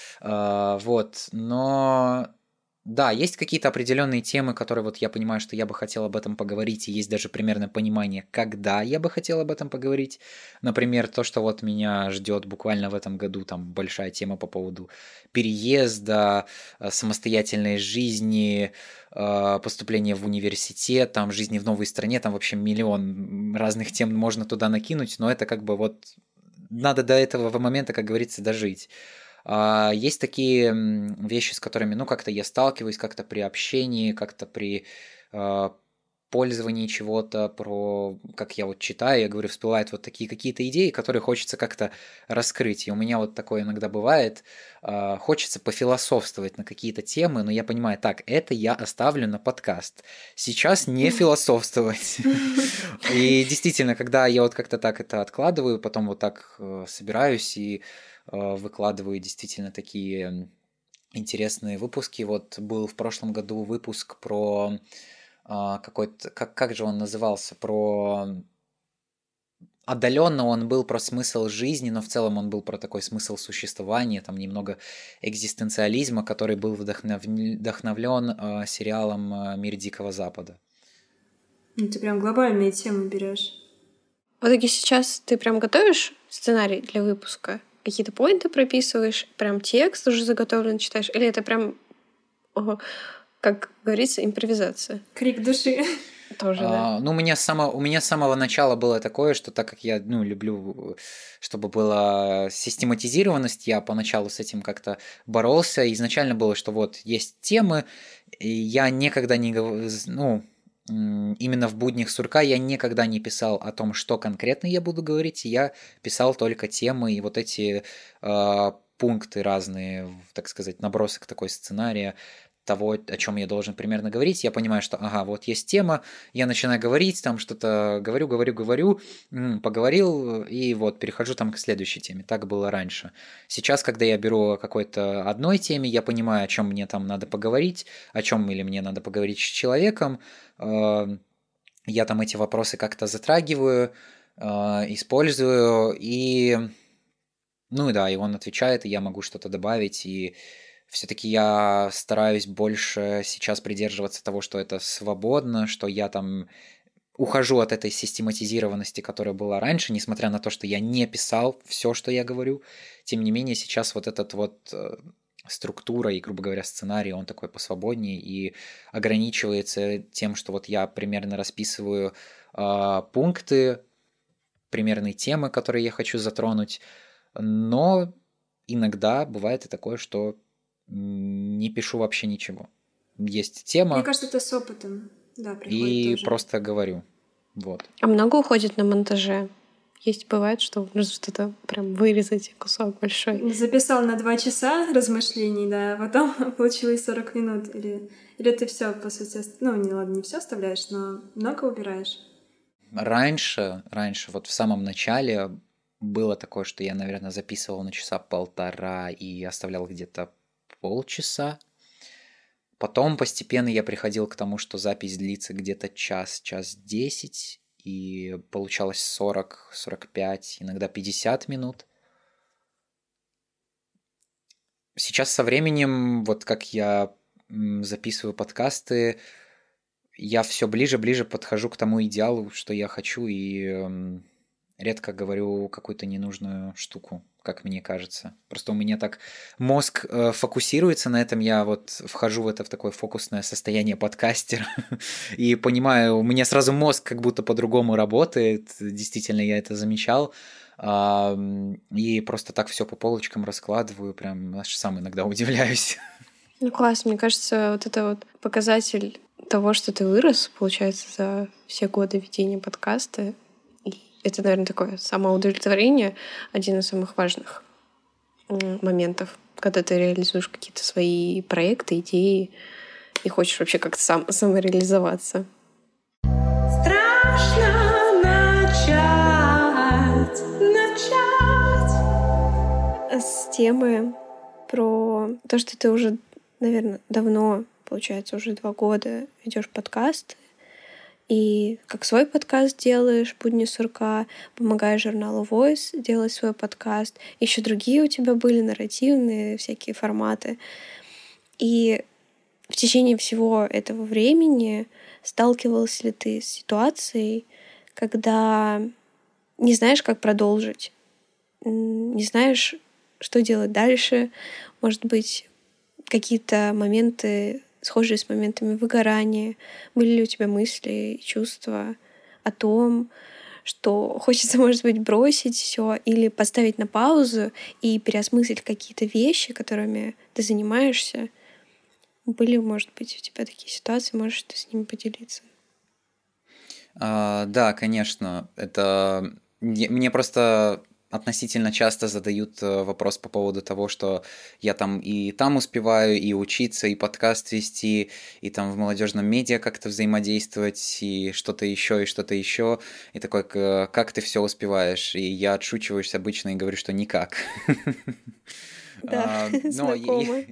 [SPEAKER 3] Вот. Но да, есть какие-то определенные темы, которые вот я понимаю, что я бы хотел об этом поговорить, и есть даже примерное понимание, когда я бы хотел об этом поговорить. Например, то, что вот меня ждет буквально в этом году, там большая тема по поводу переезда, самостоятельной жизни, поступления в университет, там жизни в новой стране, там вообще миллион разных тем можно туда накинуть, но это как бы вот надо до этого момента, как говорится, дожить. Есть такие вещи, с которыми, ну, как-то я сталкиваюсь, как-то при общении, как-то при пользовании чего-то, как я вот читаю, я говорю, всплывают вот такие какие-то идеи, которые хочется как-то раскрыть. И у меня вот такое иногда бывает, хочется пофилософствовать на какие-то темы, но я понимаю, так, это я оставлю на подкаст. Сейчас не философствовать. И действительно, когда я вот как-то так это откладываю, потом вот так собираюсь и выкладываю действительно такие интересные выпуски. Вот был в прошлом году выпуск про какой-то, как же он назывался, про отдаленно он был про смысл жизни, но в целом он был про такой смысл существования, там немного экзистенциализма, который был вдохновлен сериалом «Мир Дикого Запада».
[SPEAKER 2] Ну, ты прям глобальные темы берешь.
[SPEAKER 1] В итоге сейчас ты прям готовишь сценарий для выпуска? Какие-то поинты прописываешь? Прям текст уже заготовлен читаешь? Или это прям, как говорится, импровизация?
[SPEAKER 2] Крик души.
[SPEAKER 1] Тоже, да.
[SPEAKER 3] Ну, у меня с самого начала было такое, что так как я люблю, чтобы была систематизированность, я поначалу с этим как-то боролся. Изначально было, что вот есть темы, и я никогда не именно в буднях сурка я никогда не писал о том, что конкретно я буду говорить, я писал только темы и вот эти пункты разные, так сказать, набросок такой сценария того, о чем я должен примерно говорить. Я понимаю, что, ага, вот есть тема, я начинаю говорить, там что-то говорю, поговорил, и вот перехожу там к следующей теме. Так было раньше. Сейчас, когда я беру о какой-то одной теме, я понимаю, о чем мне там надо поговорить, о чем или мне надо поговорить с человеком, я там эти вопросы как-то затрагиваю, использую, и ну и да, и он отвечает, и я могу что-то добавить, и все-таки я стараюсь больше сейчас придерживаться того, что это свободно, что я там ухожу от этой систематизированности, которая была раньше, несмотря на то, что я не писал все, что я говорю. Тем не менее, сейчас вот этот вот структура и, грубо говоря, сценарий, он такой посвободнее и ограничивается тем, что вот я примерно расписываю пункты, примерные темы, которые я хочу затронуть, но иногда бывает и такое, что не пишу вообще ничего. Есть тема.
[SPEAKER 2] Мне кажется, это с опытом. Да, приходит
[SPEAKER 3] и
[SPEAKER 2] тоже.
[SPEAKER 3] просто говорю. Вот.
[SPEAKER 1] А много уходит на монтаже? Есть, бывает, что нужно что-то прям вырезать, кусок большой.
[SPEAKER 2] Записал на 2 часа размышлений, да, а потом получилось 40 минут. Или ты все по сути... Ну, не ладно, не все оставляешь, но много убираешь.
[SPEAKER 3] Раньше, вот в самом начале было такое, что я, наверное, записывал на часа полтора и оставлял где-то полчаса. Потом постепенно я приходил к тому, что запись длится где-то час 10, и получалось 40, 45, иногда 50 минут. Сейчас со временем, вот как я записываю подкасты, я все ближе подхожу к тому идеалу, что я хочу, и редко говорю какую-то ненужную штуку, как мне кажется. Просто у меня так мозг фокусируется на этом, я вот вхожу в такое фокусное состояние подкастера и понимаю, у меня сразу мозг как будто по-другому работает, действительно я это замечал, и просто так все по полочкам раскладываю, прям аж сам иногда удивляюсь.
[SPEAKER 1] Ну класс, мне кажется, вот это вот показатель того, что ты вырос, получается, за все годы ведения подкаста. Это, наверное, такое самоудовлетворение, один из самых важных моментов, когда ты реализуешь какие-то свои проекты, идеи и хочешь вообще как-то самореализоваться. Страшно начать с темы про то, что ты уже, наверное, давно, получается, уже 2 года ведешь подкаст, и как свой подкаст делаешь, «Будни сурка», помогаешь журналу Voice делать свой подкаст. Еще другие у тебя были нарративные всякие форматы. И в течение всего этого времени сталкивался ли ты с ситуацией, когда не знаешь, как продолжить, не знаешь, что делать дальше, может быть, какие-то моменты, схожие с моментами выгорания? Были ли у тебя мысли и чувства о том, что хочется, может быть, бросить все или поставить на паузу и переосмыслить какие-то вещи, которыми ты занимаешься? Были, может быть, у тебя такие ситуации, можешь ты с ними поделиться?
[SPEAKER 3] Да, конечно. Это мне просто относительно часто задают вопрос по поводу того, что я там и там успеваю, и учиться, и подкаст вести, и там в молодежном медиа как-то взаимодействовать, и что-то еще, и что-то еще. И такой, как ты все успеваешь? И я отшучиваюсь обычно и говорю, что никак.
[SPEAKER 1] Да,
[SPEAKER 3] Но
[SPEAKER 1] знакомо.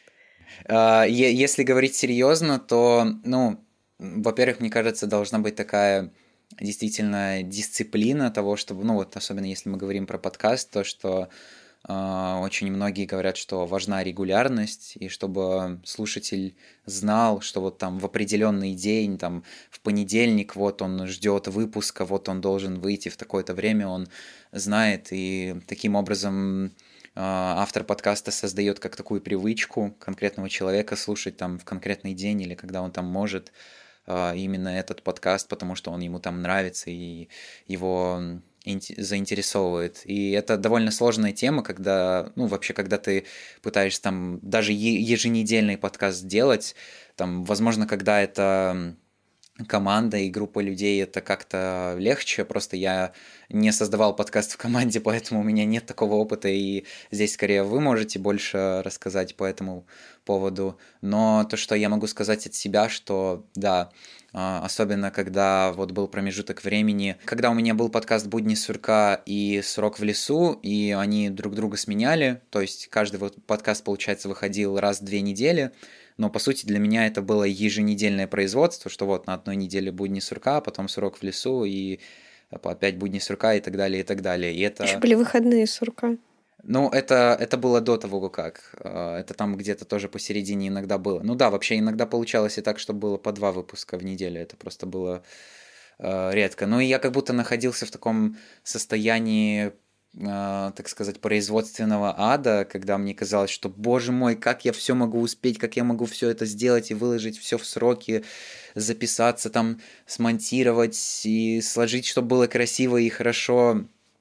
[SPEAKER 3] если говорить серьезно, то, ну, во-первых, мне кажется, должна быть такая действительно дисциплина того, чтобы, ну вот, особенно если мы говорим про подкаст, то, что очень многие говорят, что важна регулярность, и чтобы слушатель знал, что вот там в определенный день, там в понедельник, вот он ждет выпуска, вот он должен выйти в такое-то время, он знает, и таким образом автор подкаста создает как такую привычку конкретного человека слушать там в конкретный день или когда он там может именно этот подкаст, потому что он ему там нравится и его заинтересовывает. И это довольно сложная тема, когда, ну, вообще, когда ты пытаешься там даже еженедельный подкаст делать, там, возможно, когда это команда и группа людей, это как-то легче, просто я не создавал подкаст в команде, поэтому у меня нет такого опыта, и здесь скорее вы можете больше рассказать по этому поводу. Но то, что я могу сказать от себя, что да, особенно когда вот был промежуток времени, когда у меня был подкаст «Будни сурка» и «Сурок в лесу», и они друг друга сменяли, то есть каждый вот подкаст, получается, выходил раз в 2 недели, но, по сути, для меня это было еженедельное производство, что вот на одной неделе «Будни сурка», потом «Сурок в лесу», и опять «Будни сурка» и так далее, и так далее. И это...
[SPEAKER 1] Еще были выходные сурка.
[SPEAKER 3] Ну, это было до того, как. Это там где-то тоже посередине иногда было. Ну да, вообще иногда получалось и так, что было по 2 выпуска в неделю. Это просто было редко. Ну и я как будто находился в таком состоянии, так сказать, производственного ада, когда мне казалось, что, боже мой, как я все могу успеть, как я могу все это сделать и выложить все в сроки, записаться там, смонтировать и сложить, чтобы было красиво и хорошо.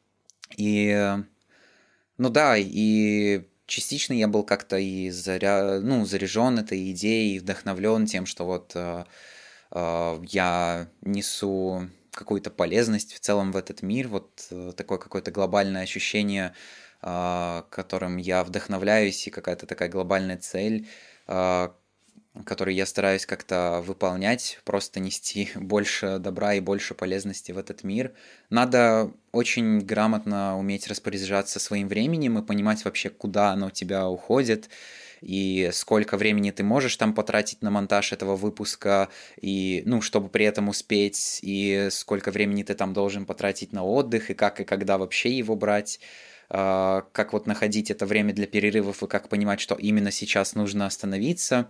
[SPEAKER 3] И, ну да, и частично я был как-то и заряжен этой идеей, вдохновлен тем, что вот я несу какую-то полезность в целом в этот мир, вот такое какое-то глобальное ощущение, которым я вдохновляюсь, и какая-то такая глобальная цель, которую я стараюсь как-то выполнять, просто нести больше добра и больше полезности в этот мир. Надо очень грамотно уметь распоряжаться своим временем и понимать вообще, куда оно у тебя уходит, и сколько времени ты можешь там потратить на монтаж этого выпуска, и, ну, чтобы при этом успеть, и сколько времени ты там должен потратить на отдых, и как и когда вообще его брать, как вот находить это время для перерывов, и как понимать, что именно сейчас нужно остановиться.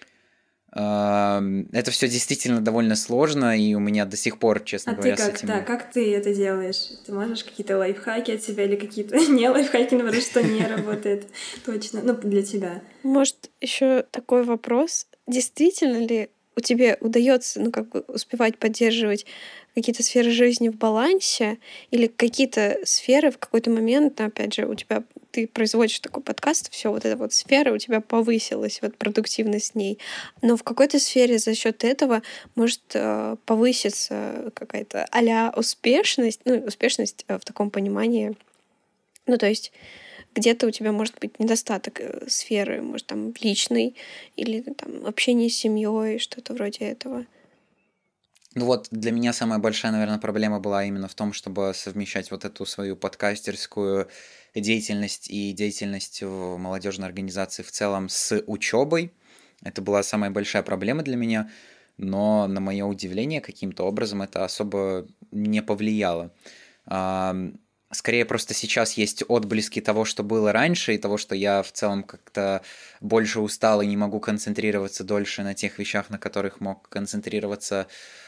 [SPEAKER 3] Это все действительно довольно сложно, и у меня до сих пор, честно говоря,
[SPEAKER 2] ты как,
[SPEAKER 3] с этим...
[SPEAKER 2] да, как ты это делаешь? Ты можешь какие-то лайфхаки от себя или какие-то не лайфхаки, наоборот, что не работает точно, ну, для тебя?
[SPEAKER 1] Может, еще такой вопрос. Действительно ли у тебя удается, ну, как бы успевать поддерживать какие-то сферы жизни в балансе, или какие-то сферы в какой-то момент, опять же, у тебя ты производишь такой подкаст, все вот эта вот сфера у тебя повысилась, вот продуктивность в ней, но в какой-то сфере за счет этого может повыситься какая-то а-ля успешность, ну, успешность в таком понимании, ну, то есть где-то у тебя может быть недостаток сферы, может, там, личной или там общение с семьей, что-то вроде этого.
[SPEAKER 3] Ну вот для меня самая большая, наверное, проблема была именно в том, чтобы совмещать вот эту свою подкастерскую деятельность и деятельность в молодежной организации в целом с учебой. Это была самая большая проблема для меня, но на мое удивление каким-то образом это особо не повлияло. Скорее просто сейчас есть отблески того, что было раньше, и того, что я в целом как-то больше устал и не могу концентрироваться дольше на тех вещах, на которых мог концентрироваться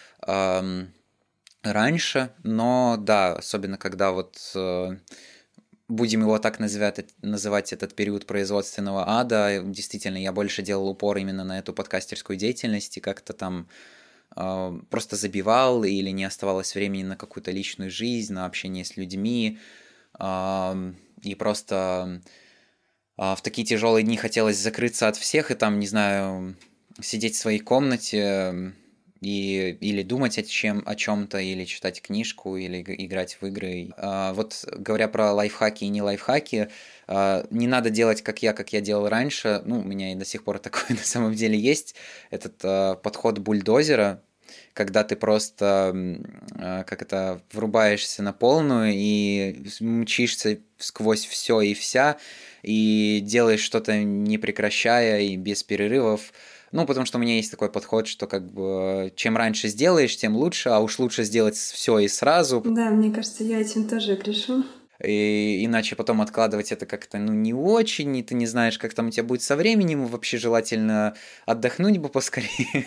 [SPEAKER 3] раньше. Но да, особенно когда вот будем его так называть этот период производственного ада, действительно, я больше делал упор именно на эту подкастерскую деятельность и как-то там просто забивал или не оставалось времени на какую-то личную жизнь, на общение с людьми, и просто в такие тяжелые дни хотелось закрыться от всех и там, не знаю, сидеть в своей комнате или думать о чем-то, или читать книжку, или играть в игры. Вот говоря про лайфхаки и не лайфхаки, не надо делать, как я делал раньше. Ну, у меня и до сих пор такое на самом деле есть. Этот подход бульдозера, когда ты просто врубаешься на полную и мчишься сквозь все и вся, и делаешь что-то не прекращая и без перерывов. Ну, потому что у меня есть такой подход, что как бы чем раньше сделаешь, тем лучше, а уж лучше сделать все и сразу.
[SPEAKER 2] Да, мне кажется, я этим тоже грешу.
[SPEAKER 3] И иначе потом откладывать это как-то, не очень, и ты не знаешь, как там у тебя будет со временем, вообще желательно отдохнуть бы поскорее.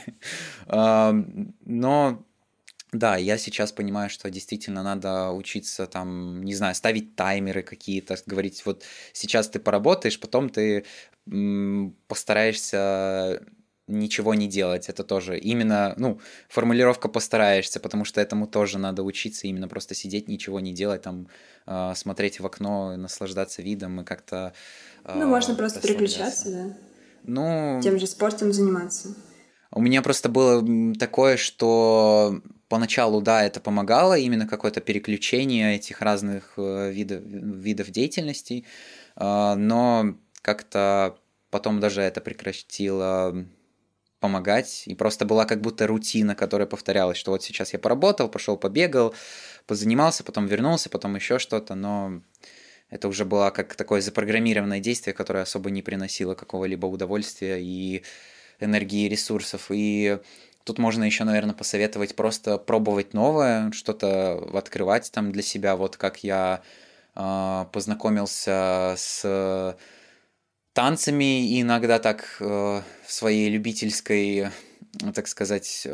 [SPEAKER 3] Но да, я сейчас понимаю, что действительно надо учиться там, не знаю, ставить таймеры какие-то, говорить, вот сейчас ты поработаешь, потом ты постараешься ничего не делать, это тоже именно, формулировка постараешься, потому что этому тоже надо учиться, именно просто сидеть, ничего не делать, там, смотреть в окно, наслаждаться видом и как-то
[SPEAKER 2] можно просто переключаться, да. Тем же спортом заниматься.
[SPEAKER 3] У меня просто было такое, что поначалу, да, это помогало, именно какое-то переключение этих разных видов деятельности, но как-то потом даже это прекратило помогать, и просто была как будто рутина, которая повторялась, что вот сейчас я поработал, пошел побегал, позанимался, потом вернулся, потом еще что-то, но это уже было как такое запрограммированное действие, которое особо не приносило какого-либо удовольствия и энергии, и ресурсов, и тут можно еще, наверное, посоветовать просто пробовать новое, что-то открывать там для себя, вот как я познакомился с танцами, и иногда так в своей любительской, так сказать,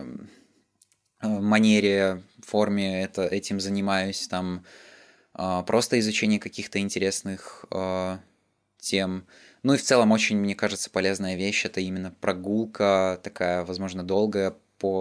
[SPEAKER 3] манере, форме этим занимаюсь, там просто изучение каких-то интересных тем. Ну и в целом очень, мне кажется, полезная вещь — это именно прогулка такая, возможно, долгая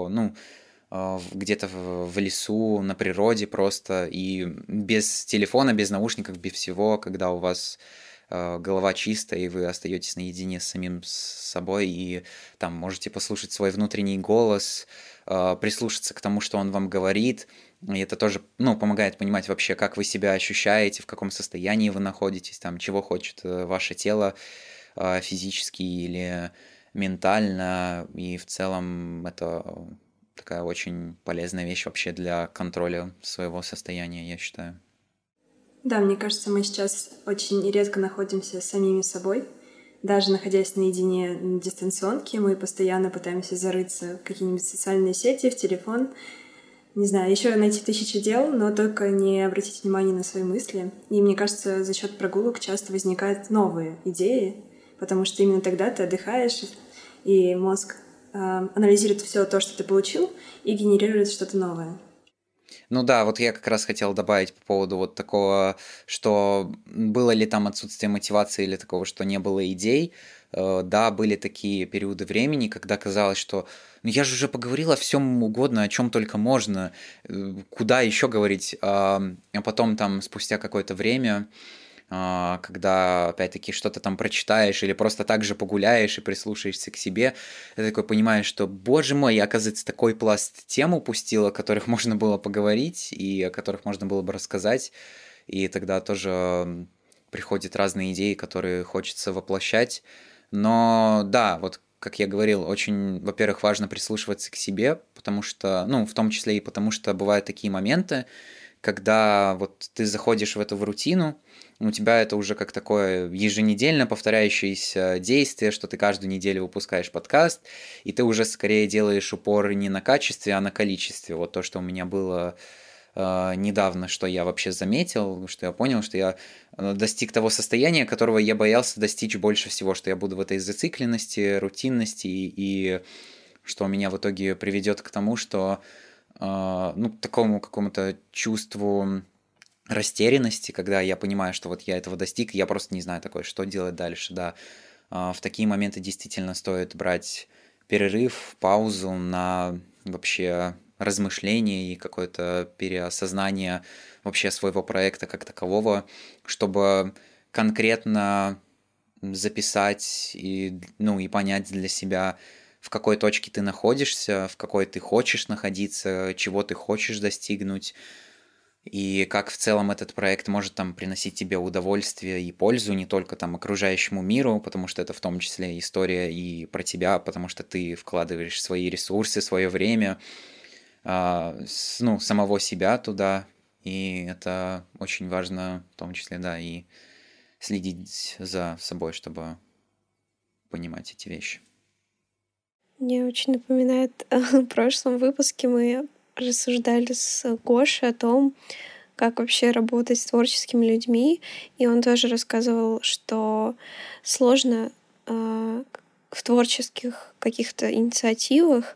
[SPEAKER 3] где-то в лесу, на природе просто, и без телефона, без наушников, без всего, когда у вас голова чистая, и вы остаетесь наедине с самим собой, и там можете послушать свой внутренний голос, прислушаться к тому, что он вам говорит, и это тоже, помогает понимать вообще, как вы себя ощущаете, в каком состоянии вы находитесь, там, чего хочет ваше тело физически или ментально, и в целом это такая очень полезная вещь вообще для контроля своего состояния, я считаю.
[SPEAKER 2] Да, мне кажется, мы сейчас очень редко находимся с самими собой. Даже находясь наедине на дистанционке, мы постоянно пытаемся зарыться в какие-нибудь социальные сети, в телефон. Не знаю, еще найти 1000 дел, но только не обратить внимание на свои мысли. И мне кажется, за счет прогулок часто возникают новые идеи, потому что именно тогда ты отдыхаешь, и мозг анализирует все то, что ты получил, и генерирует что-то новое.
[SPEAKER 3] Ну да, вот я как раз хотел добавить по поводу вот такого, что было ли там отсутствие мотивации или такого, что не было идей. Да, были такие периоды времени, когда казалось, что я же уже поговорил о всем угодно, о чем только можно, куда еще говорить. А потом там спустя какое-то время, когда опять-таки что-то там прочитаешь или просто так же погуляешь и прислушаешься к себе, ты такой понимаешь, что, боже мой, я, оказывается, такой пласт тем упустил, о которых можно было поговорить и о которых можно было бы рассказать, и тогда тоже приходят разные идеи, которые хочется воплощать. Но да, вот как я говорил, очень, во-первых, важно прислушиваться к себе, потому что, ну, в том числе и потому что бывают такие моменты, когда вот ты заходишь в рутину, у тебя это уже как такое еженедельно повторяющееся действие, что ты каждую неделю выпускаешь подкаст, и ты уже скорее делаешь упор не на качестве, а на количестве. Вот то, что у меня было недавно, что я вообще заметил, что я понял, что я достиг того состояния, которого я боялся достичь больше всего, что я буду в этой зацикленности, рутинности, и что меня в итоге приведет к тому, что ну, к такому какому-то чувству растерянности, когда я понимаю, что вот я этого достиг, и я просто не знаю такое, что делать дальше, да. В такие моменты действительно стоит брать перерыв, паузу на вообще размышление и какое-то переосознание вообще своего проекта как такового, чтобы конкретно записать и, ну, и понять для себя, в какой точке ты находишься, в какой ты хочешь находиться, чего ты хочешь достигнуть, и как в целом этот проект может там приносить тебе удовольствие и пользу не только там окружающему миру, потому что это в том числе история и про тебя, потому что ты вкладываешь свои ресурсы, свое время, ну, самого себя туда, и это очень важно в том числе, да, и следить за собой, чтобы понимать эти вещи.
[SPEAKER 1] Мне очень напоминает в прошлом выпуске мы рассуждали с Гошей о том, как вообще работать с творческими людьми, и он тоже рассказывал, что сложно в творческих каких-то инициативах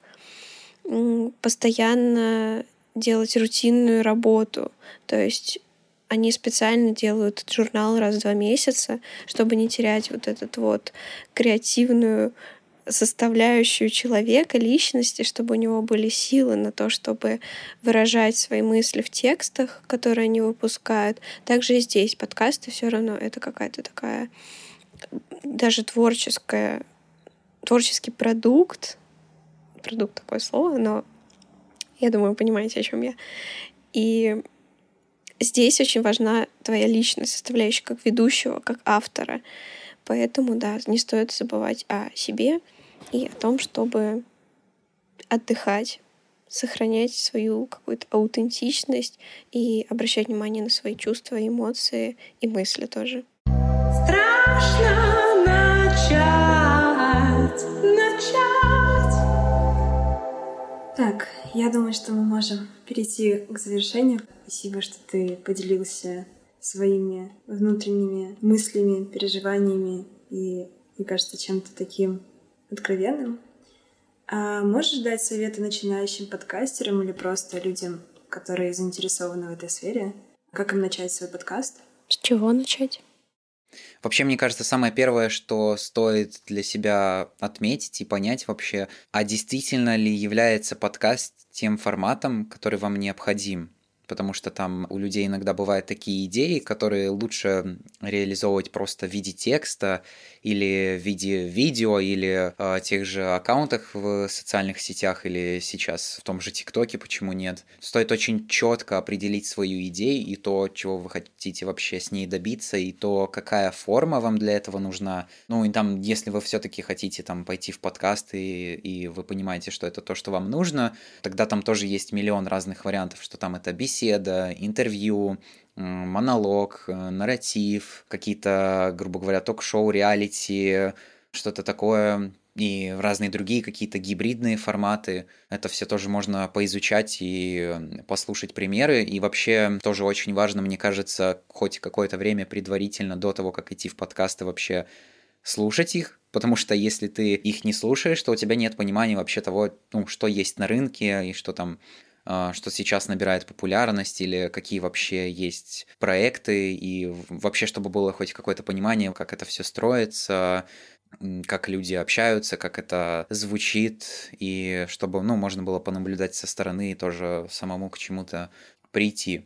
[SPEAKER 1] постоянно делать рутинную работу. То есть они специально делают этот журнал раз в 2 месяца, чтобы не терять вот этот вот креативную составляющую человека, личности, чтобы у него были силы на то, чтобы выражать свои мысли в текстах, которые они выпускают. Также и здесь подкасты все равно это какая-то такая даже творческий продукт. Продукт — такое слово, но я думаю, вы понимаете, о чем я. И здесь очень важна твоя личная составляющая как ведущего, как автора. Поэтому, да, не стоит забывать о себе и о том, чтобы отдыхать, сохранять свою какую-то аутентичность и обращать внимание на свои чувства, эмоции и мысли тоже.
[SPEAKER 2] Страшно начать. Так, я думаю, что мы можем перейти к завершению. Спасибо, что ты поделился своими внутренними мыслями, переживаниями и, мне кажется, чем-то таким откровенным. А можешь дать советы начинающим подкастерам или просто людям, которые заинтересованы в этой сфере? Как им начать свой подкаст?
[SPEAKER 1] С чего начать?
[SPEAKER 3] Вообще, мне кажется, самое первое, что стоит для себя отметить и понять вообще, а действительно ли является подкаст тем форматом, который вам необходим. Потому что там у людей иногда бывают такие идеи, которые лучше реализовывать просто в виде текста или в виде видео, или тех же аккаунтах в социальных сетях, или сейчас в том же ТикТоке, почему нет. Стоит очень четко определить свою идею и то, чего вы хотите вообще с ней добиться, и то, какая форма вам для этого нужна. Ну и там, если вы все-таки хотите там пойти в подкаст, и вы понимаете, что это то, что вам нужно, тогда там тоже есть миллион разных вариантов, что там это беседа, интервью, монолог, нарратив, какие-то, грубо говоря, ток-шоу, реалити, что-то такое, и разные другие какие-то гибридные форматы. Это все тоже можно поизучать и послушать примеры. И вообще тоже очень важно, мне кажется, хоть какое-то время предварительно до того, как идти в подкасты, вообще слушать их, потому что если ты их не слушаешь, то у тебя нет понимания вообще того, ну, что есть на рынке и что там, что сейчас набирает популярность, или какие вообще есть проекты, и вообще, чтобы было хоть какое-то понимание, как это все строится, как люди общаются, как это звучит, и чтобы, ну, можно было понаблюдать со стороны и тоже самому к чему-то прийти.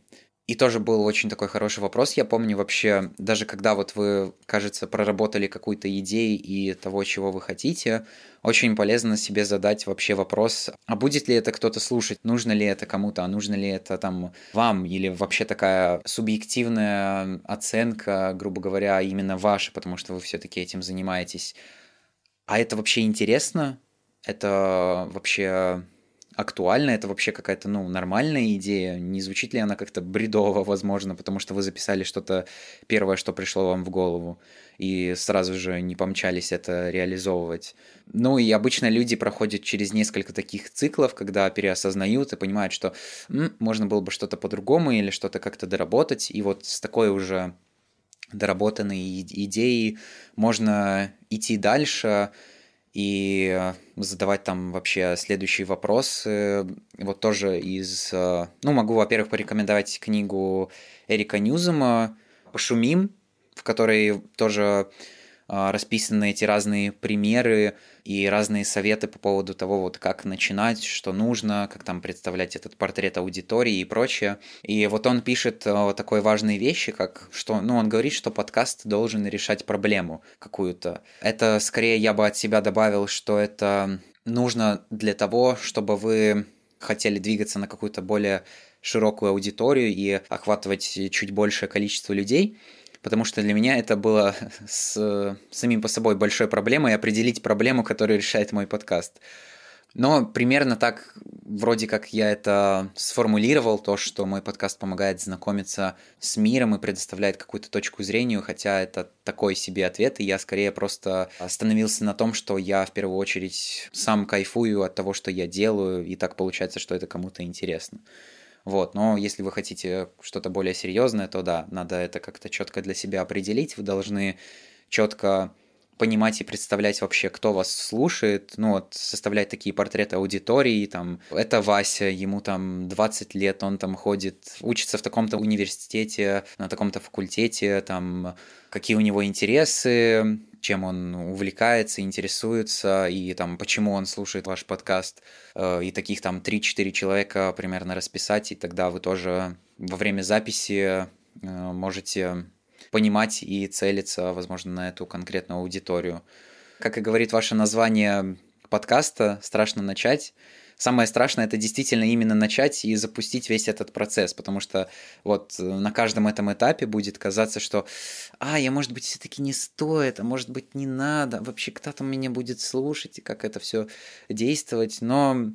[SPEAKER 3] И тоже был очень такой хороший вопрос. Я помню вообще, даже когда вот вы, кажется, проработали какую-то идею и того, чего вы хотите, очень полезно себе задать вообще вопрос, а будет ли это кто-то слушать, нужно ли это кому-то, а нужно ли это там вам, или вообще такая субъективная оценка, грубо говоря, именно ваша, потому что вы все-таки этим занимаетесь. А это вообще интересно? Это вообще актуально? Это вообще какая-то, нормальная идея? Не звучит ли она как-то бредово, возможно, потому что вы записали что-то первое, что пришло вам в голову, и сразу же не помчались это реализовывать? Ну и обычно люди проходят через несколько таких циклов, когда переосознают и понимают, что можно было бы что-то по-другому или что-то как-то доработать, и вот с такой уже доработанной идеей можно идти дальше и задавать там вообще следующие вопросы. Вот тоже могу, во-первых, порекомендовать книгу Эрика Ньюзема «Пошумим», в которой тоже расписаны эти разные примеры и разные советы по поводу того, вот как начинать, что нужно, как там представлять этот портрет аудитории и прочее. И вот он пишет такой важные вещи, как что, он говорит, что подкаст должен решать проблему какую-то. Это скорее я бы от себя добавил, что это нужно для того, чтобы вы хотели двигаться на какую-то более широкую аудиторию и охватывать чуть большее количество людей. Потому что для меня это было с самим по собой большой проблемой определить проблему, которую решает мой подкаст. Но примерно так, вроде как я это сформулировал, то, что мой подкаст помогает знакомиться с миром и предоставляет какую-то точку зрения, хотя это такой себе ответ, и я скорее просто остановился на том, что я в первую очередь сам кайфую от того, что я делаю, и так получается, что это кому-то интересно. Вот, но если вы хотите что-то более серьезное, то да, надо это как-то четко для себя определить. Вы должны четко понимать и представлять вообще, кто вас слушает, составлять такие портреты аудитории, там, это Вася, ему там 20 лет, он там ходит, учится в таком-то университете, на таком-то факультете, там, какие у него интересы, чем он увлекается, интересуется, и там, почему он слушает ваш подкаст, и таких там 3-4 человека примерно расписать, и тогда вы тоже во время записи можете понимать и целиться, возможно, на эту конкретную аудиторию. Как и говорит ваше название подкаста «Страшно начать», самое страшное — это действительно именно начать и запустить весь этот процесс, потому что вот на каждом этом этапе будет казаться, что может быть, все-таки не стоит, а может быть, не надо, вообще кто-то меня будет слушать, и как это все действовать. Но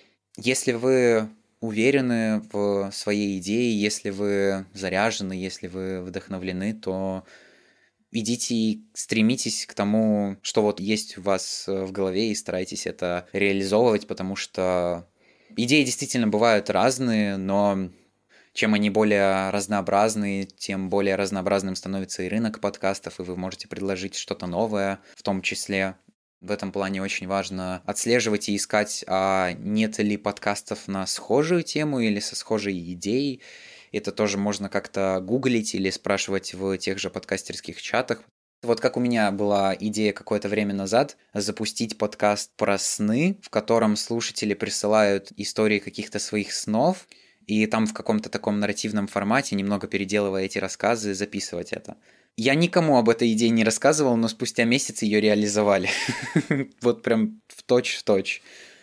[SPEAKER 3] если вы уверены в своей идее, если вы заряжены, если вы вдохновлены, то идите и стремитесь к тому, что вот есть у вас в голове, и старайтесь это реализовывать, потому что идеи действительно бывают разные, но чем они более разнообразные, тем более разнообразным становится и рынок подкастов, и вы можете предложить что-то новое в том числе. В этом плане очень важно отслеживать и искать, нет ли подкастов на схожую тему или со схожей идеей. Это тоже можно как-то гуглить или спрашивать в тех же подкастерских чатах. Вот как у меня была идея какое-то время назад запустить подкаст про сны, в котором слушатели присылают истории каких-то своих снов, и там в каком-то таком нарративном формате, немного переделывая эти рассказы, записывать это. Я никому об этой идее не рассказывал, но спустя месяц ее реализовали. Вот прям в точь-в-точь.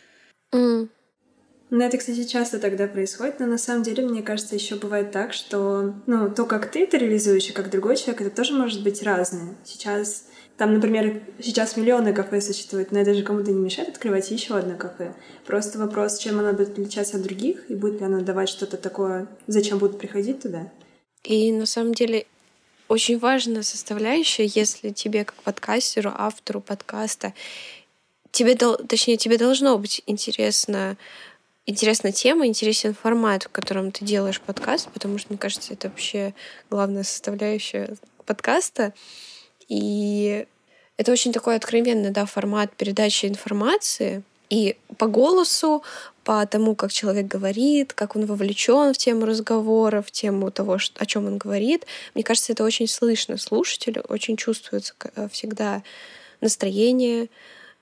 [SPEAKER 2] Это, кстати, часто тогда происходит, но на самом деле, мне кажется, еще бывает так, что то, как ты это реализуешь, и как другой человек, это тоже может быть разное. Сейчас, например, миллионы кафе существует, но это же кому-то не мешает открывать еще одно кафе. Просто вопрос, чем оно будет отличаться от других, и будет ли оно давать что-то такое, зачем будут приходить туда.
[SPEAKER 1] И на самом деле очень важная составляющая, если тебе как подкастеру, автору подкаста, тебе должно быть интересна тема, интересен формат, в котором ты делаешь подкаст, потому что, мне кажется, это вообще главная составляющая подкаста. И это очень такой откровенный, формат передачи информации. И по голосу, по тому, как человек говорит, как он вовлечен в тему разговора, в тему того, о чем он говорит. Мне кажется, это очень слышно слушателю, очень чувствуется всегда настроение,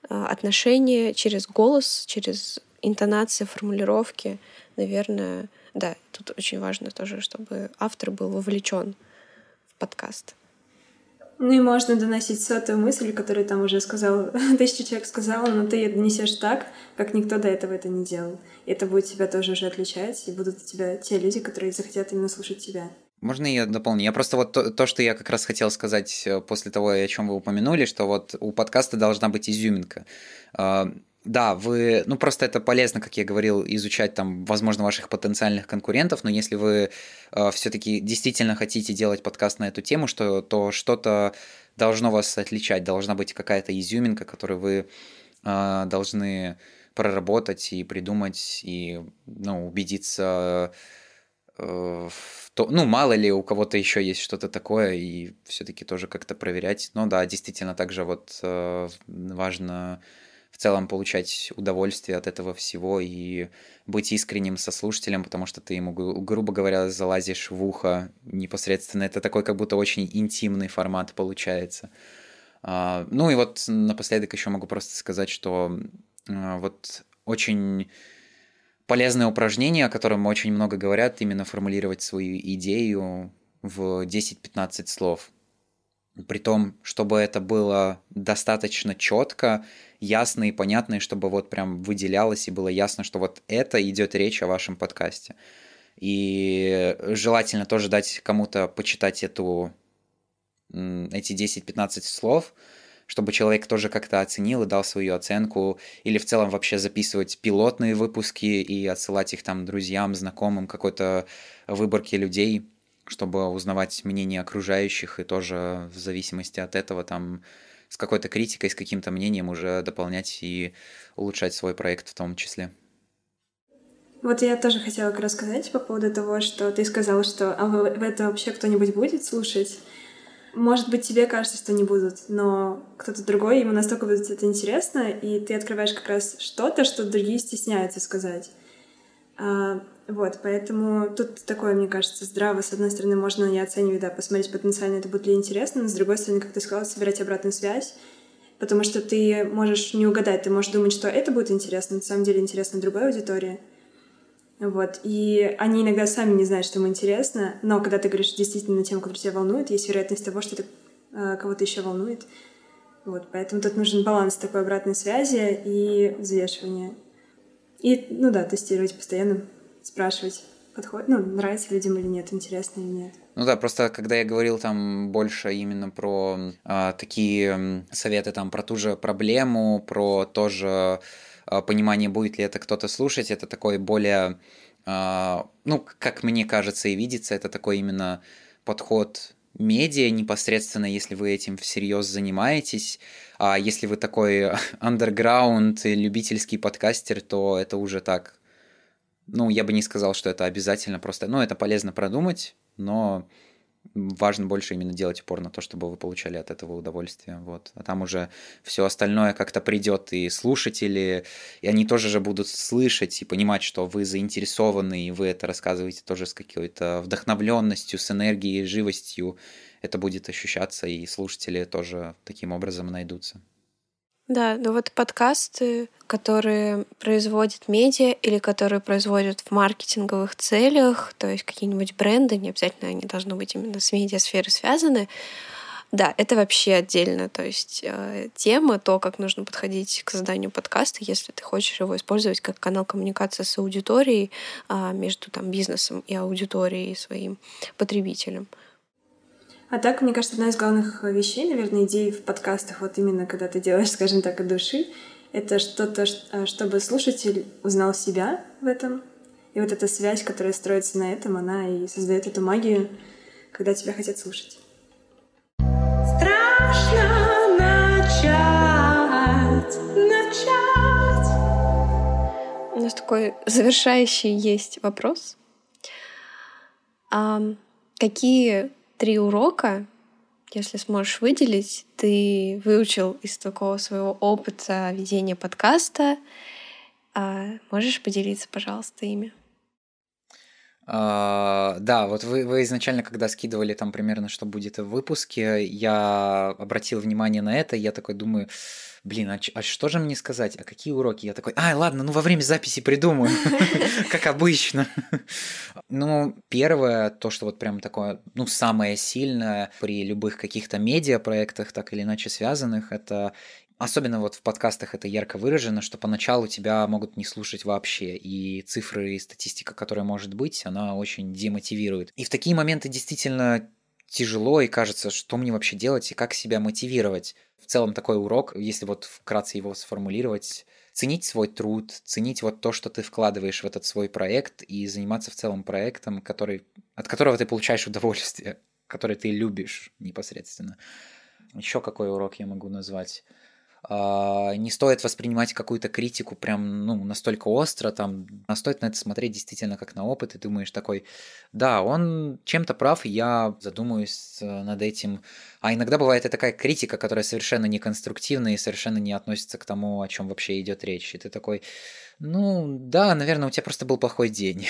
[SPEAKER 1] отношение через голос, через интонации, формулировки. Наверное, да, тут очень важно тоже, чтобы автор был вовлечен в подкаст.
[SPEAKER 2] Ну и можно доносить сотую мысль, которую там уже сказал, 1000 человек сказала, но ты ее донесешь так, как никто до этого это не делал. И это будет тебя тоже уже отличать, и будут у тебя те люди, которые захотят именно слушать тебя.
[SPEAKER 3] Можно я дополню? Я просто вот то, что я как раз хотел сказать после того, о чем вы упомянули, что вот у подкаста должна быть изюминка. Да, вы, ну просто это полезно, как я говорил, изучать там, возможно, ваших потенциальных конкурентов, но если вы все-таки действительно хотите делать подкаст на эту тему, то что-то должно вас отличать, должна быть какая-то изюминка, которую вы должны проработать и придумать, и убедиться ну, мало ли у кого-то еще есть что-то такое, и все-таки тоже как-то проверять. Но да, действительно, также вот важно в целом получать удовольствие от этого всего и быть искренним со слушателем, потому что ты ему, грубо говоря, залазишь в ухо непосредственно. Это такой как будто очень интимный формат получается. Ну и вот напоследок еще могу просто сказать, что вот очень полезное упражнение, о котором очень много говорят, именно формулировать свою идею в 10-15 слов. При том, чтобы это было достаточно четко, ясно и понятно, и чтобы вот прям выделялось и было ясно, что вот это идет речь о вашем подкасте. И желательно тоже дать кому-то почитать эти 10-15 слов, чтобы человек тоже как-то оценил и дал свою оценку, или в целом вообще записывать пилотные выпуски и отсылать их там друзьям, знакомым, какой-то выборке людей, чтобы узнавать мнение окружающих и тоже в зависимости от этого там с какой-то критикой, с каким-то мнением уже дополнять и улучшать свой проект в том числе.
[SPEAKER 2] Вот я тоже хотела как раз сказать по поводу того, что ты сказал, что в это вообще кто-нибудь будет слушать? Может быть, тебе кажется, что не будут, но кто-то другой, ему настолько будет это интересно, и ты открываешь как раз что-то, что другие стесняются сказать. Вот, поэтому тут такое, мне кажется, здраво. С одной стороны, можно и оценивать, да, посмотреть потенциально, это будет ли интересно, но с другой стороны, как ты сказала, собирать обратную связь, потому что ты можешь не угадать, ты можешь думать, что это будет интересно, на самом деле интересно другой аудитории. Вот, и они иногда сами не знают, что им интересно, но когда ты говоришь действительно на тему, которая тебя волнует, есть вероятность того, что это кого-то еще волнует. Вот, поэтому тут нужен баланс такой обратной связи и взвешивания. И, ну да, тестировать постоянно, спрашивать, подходит, нравится людям или нет, интересно или нет.
[SPEAKER 3] Ну да, просто когда я говорил там больше именно про такие советы, там про ту же проблему, про тоже понимание, будет ли это кто-то слушать, это такой более, как мне кажется и видится, это такой именно подход медиа непосредственно, если вы этим всерьез занимаетесь, а если вы такой андерграунд и любительский подкастер, то это уже так, я бы не сказал, что это обязательно, просто, это полезно продумать, но важно больше именно делать упор на то, чтобы вы получали от этого удовольствие, вот. А там уже все остальное как-то придет, и слушатели, и они тоже же будут слышать и понимать, что вы заинтересованы, и вы это рассказываете тоже с какой-то вдохновленностью, с энергией, живостью. Это будет ощущаться, и слушатели тоже таким образом найдутся.
[SPEAKER 1] Да, но вот подкасты, которые производят медиа или которые производят в маркетинговых целях, то есть какие-нибудь бренды, не обязательно они должны быть именно с медиасферой связаны, да, это вообще отдельно, то есть тема, то, как нужно подходить к созданию подкаста, если ты хочешь его использовать как канал коммуникации с аудиторией между там бизнесом и аудиторией, своим потребителем.
[SPEAKER 2] А так, мне кажется, одна из главных вещей, наверное, идей в подкастах, вот именно когда ты делаешь, скажем так, от души, это что-то, чтобы слушатель узнал себя в этом. И вот эта связь, которая строится на этом, она и создает эту магию, когда тебя хотят слушать.
[SPEAKER 1] Страшно начать. У нас такой завершающий есть вопрос. Какие 3 урока, если сможешь выделить, ты выучил из такого своего опыта ведения подкаста? Можешь поделиться, пожалуйста, ими?
[SPEAKER 3] Да, вот вы изначально, когда скидывали там примерно, что будет в выпуске, я обратил внимание на это, и я такой думаю, блин, а что же мне сказать, а какие уроки? Я такой, ладно, ну во время записи придумаю, как обычно. Ну, первое, то, что вот прям такое, ну, самое сильное при любых каких-то медиапроектах, так или иначе связанных, это особенно вот в подкастах это ярко выражено, что поначалу тебя могут не слушать вообще, и цифры и статистика, которая может быть, она очень демотивирует. И в такие моменты действительно тяжело, и кажется, что мне вообще делать и как себя мотивировать. В целом такой урок, если вот вкратце его сформулировать, ценить свой труд, ценить вот то, что ты вкладываешь в этот свой проект, и заниматься в целом проектом, от которого ты получаешь удовольствие, который ты любишь непосредственно. Еще какой урок я могу назвать? Не стоит воспринимать какую-то критику прям, ну, настолько остро, там, стоит на это смотреть действительно как на опыт, и думаешь такой, да, он чем-то прав, и я задумаюсь над этим. А иногда бывает и такая критика, которая совершенно неконструктивная и совершенно не относится к тому, о чем вообще идет речь. И ты такой, ну, да, наверное, у тебя просто был плохой день.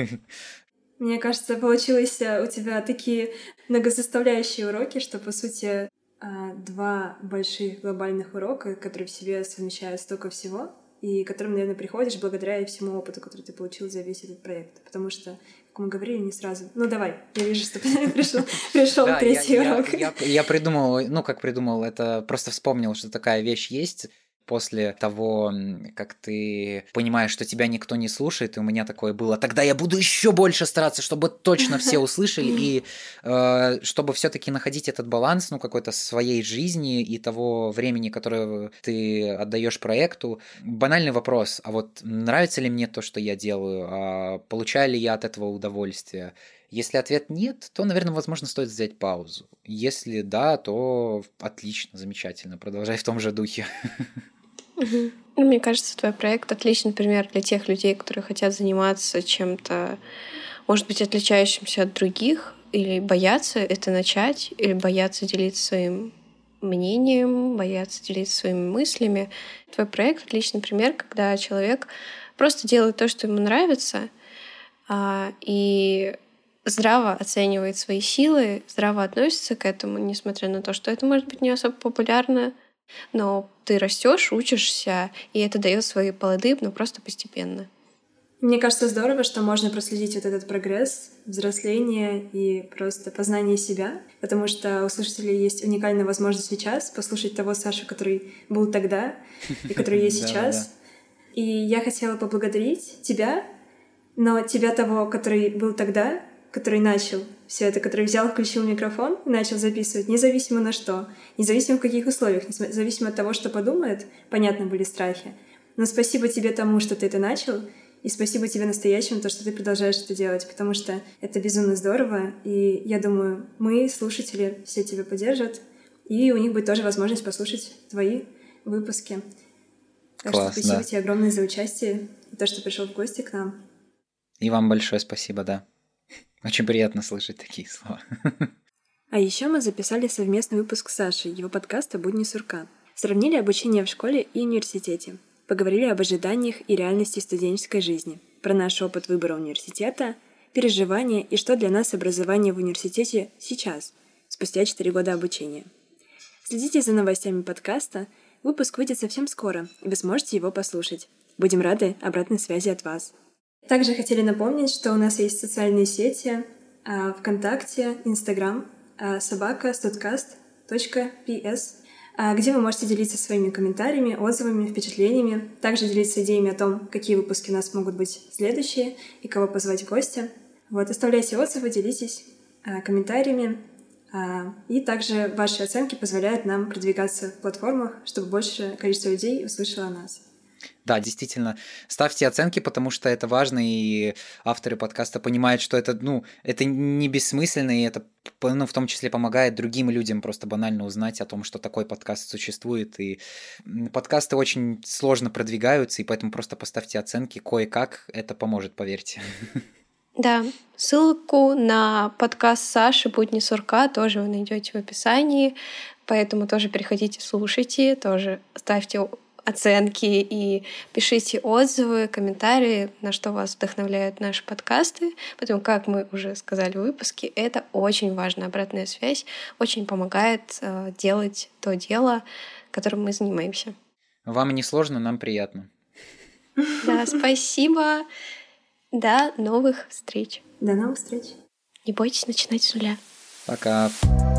[SPEAKER 2] Мне кажется, получилось у тебя такие многосоставляющие уроки, что, по сути, два больших глобальных урока, которые в себе совмещают столько всего, и к которым, наверное, приходишь благодаря всему опыту, который ты получил за весь этот проект. Потому что, как мы говорили, не сразу... Ну, давай, я вижу, что пришел третий урок.
[SPEAKER 3] Я придумал, это просто вспомнил, что такая вещь есть. После того, как ты понимаешь, что тебя никто не слушает, и у меня такое было, тогда я буду еще больше стараться, чтобы точно все услышали, и чтобы все-таки находить этот баланс, ну, какой-то своей жизни и того времени, которое ты отдаешь проекту. Банальный вопрос, а вот нравится ли мне то, что я делаю, а получаю ли я от этого удовольствие? Если ответ нет, то, наверное, возможно, стоит взять паузу. Если да, то отлично, замечательно, продолжай в том же духе.
[SPEAKER 1] Ну, мне кажется, твой проект отличный пример для тех людей, которые хотят заниматься чем-то, может быть, отличающимся от других, или боятся это начать, или боятся делиться своим мнением, боятся делиться своими мыслями. Твой проект — отличный пример, когда человек просто делает то, что ему нравится, и здраво оценивает свои силы, здраво относится к этому, несмотря на то, что это может быть не особо популярно. Но ты растешь, учишься, и это дает свои плоды, но просто постепенно.
[SPEAKER 2] Мне кажется, здорово, что можно проследить вот этот прогресс, взросление и просто познание себя, потому что у слушателей есть уникальная возможность сейчас послушать того Сашу, который был тогда и который есть сейчас. И я хотела поблагодарить тебя, но тебя того, который был тогда, который начал все это, который взял, включил микрофон и начал записывать, независимо на что, независимо в каких условиях, независимо от того, что подумает, понятно, были страхи. Но спасибо тебе тому, что ты это начал, и спасибо тебе настоящему, то, что ты продолжаешь это делать, потому что это безумно здорово, и я думаю, мы, слушатели, все тебя поддержат, и у них будет тоже возможность послушать твои выпуски. Так
[SPEAKER 3] Класс,
[SPEAKER 2] что спасибо тебе огромное за участие и то, что пришел в гости к нам.
[SPEAKER 3] И вам большое спасибо, да. Очень приятно слышать такие слова.
[SPEAKER 2] А еще мы записали совместный выпуск с Сашей, его подкаста «Будни сурка». Сравнили обучение в школе и университете. Поговорили об ожиданиях и реальности студенческой жизни, про наш опыт выбора университета, переживания и что для нас образование в университете сейчас, спустя 4 года обучения. Следите за новостями подкаста. Выпуск выйдет совсем скоро, и вы сможете его послушать. Будем рады обратной связи от вас. Также хотели напомнить, что у нас есть социальные сети ВКонтакте, Инстаграм, собака.studcast.ps, где вы можете делиться своими комментариями, отзывами, впечатлениями, также делиться идеями о том, какие выпуски у нас могут быть следующие и кого позвать в гости. Вот, оставляйте отзывы, делитесь комментариями, и также ваши оценки позволяют нам продвигаться в платформах, чтобы большее количество людей услышало о нас.
[SPEAKER 3] Да, действительно, ставьте оценки, потому что это важно, и авторы подкаста понимают, что это, это не бессмысленно, и это, в том числе помогает другим людям просто банально узнать о том, что такой подкаст существует, и подкасты очень сложно продвигаются, и поэтому просто поставьте оценки, кое-как это поможет, поверьте.
[SPEAKER 1] Да, ссылку на подкаст Саши «Будни сурка» тоже вы найдете в описании, поэтому тоже переходите, слушайте, тоже ставьте оценки и пишите отзывы, комментарии, на что вас вдохновляют наши подкасты. Потому как мы уже сказали в выпуске, это очень важная обратная связь, очень помогает делать то дело, которым мы занимаемся.
[SPEAKER 3] Вам не сложно, нам приятно.
[SPEAKER 1] Да, спасибо. До новых встреч.
[SPEAKER 2] До новых встреч.
[SPEAKER 1] Не бойтесь начинать с нуля.
[SPEAKER 3] Пока.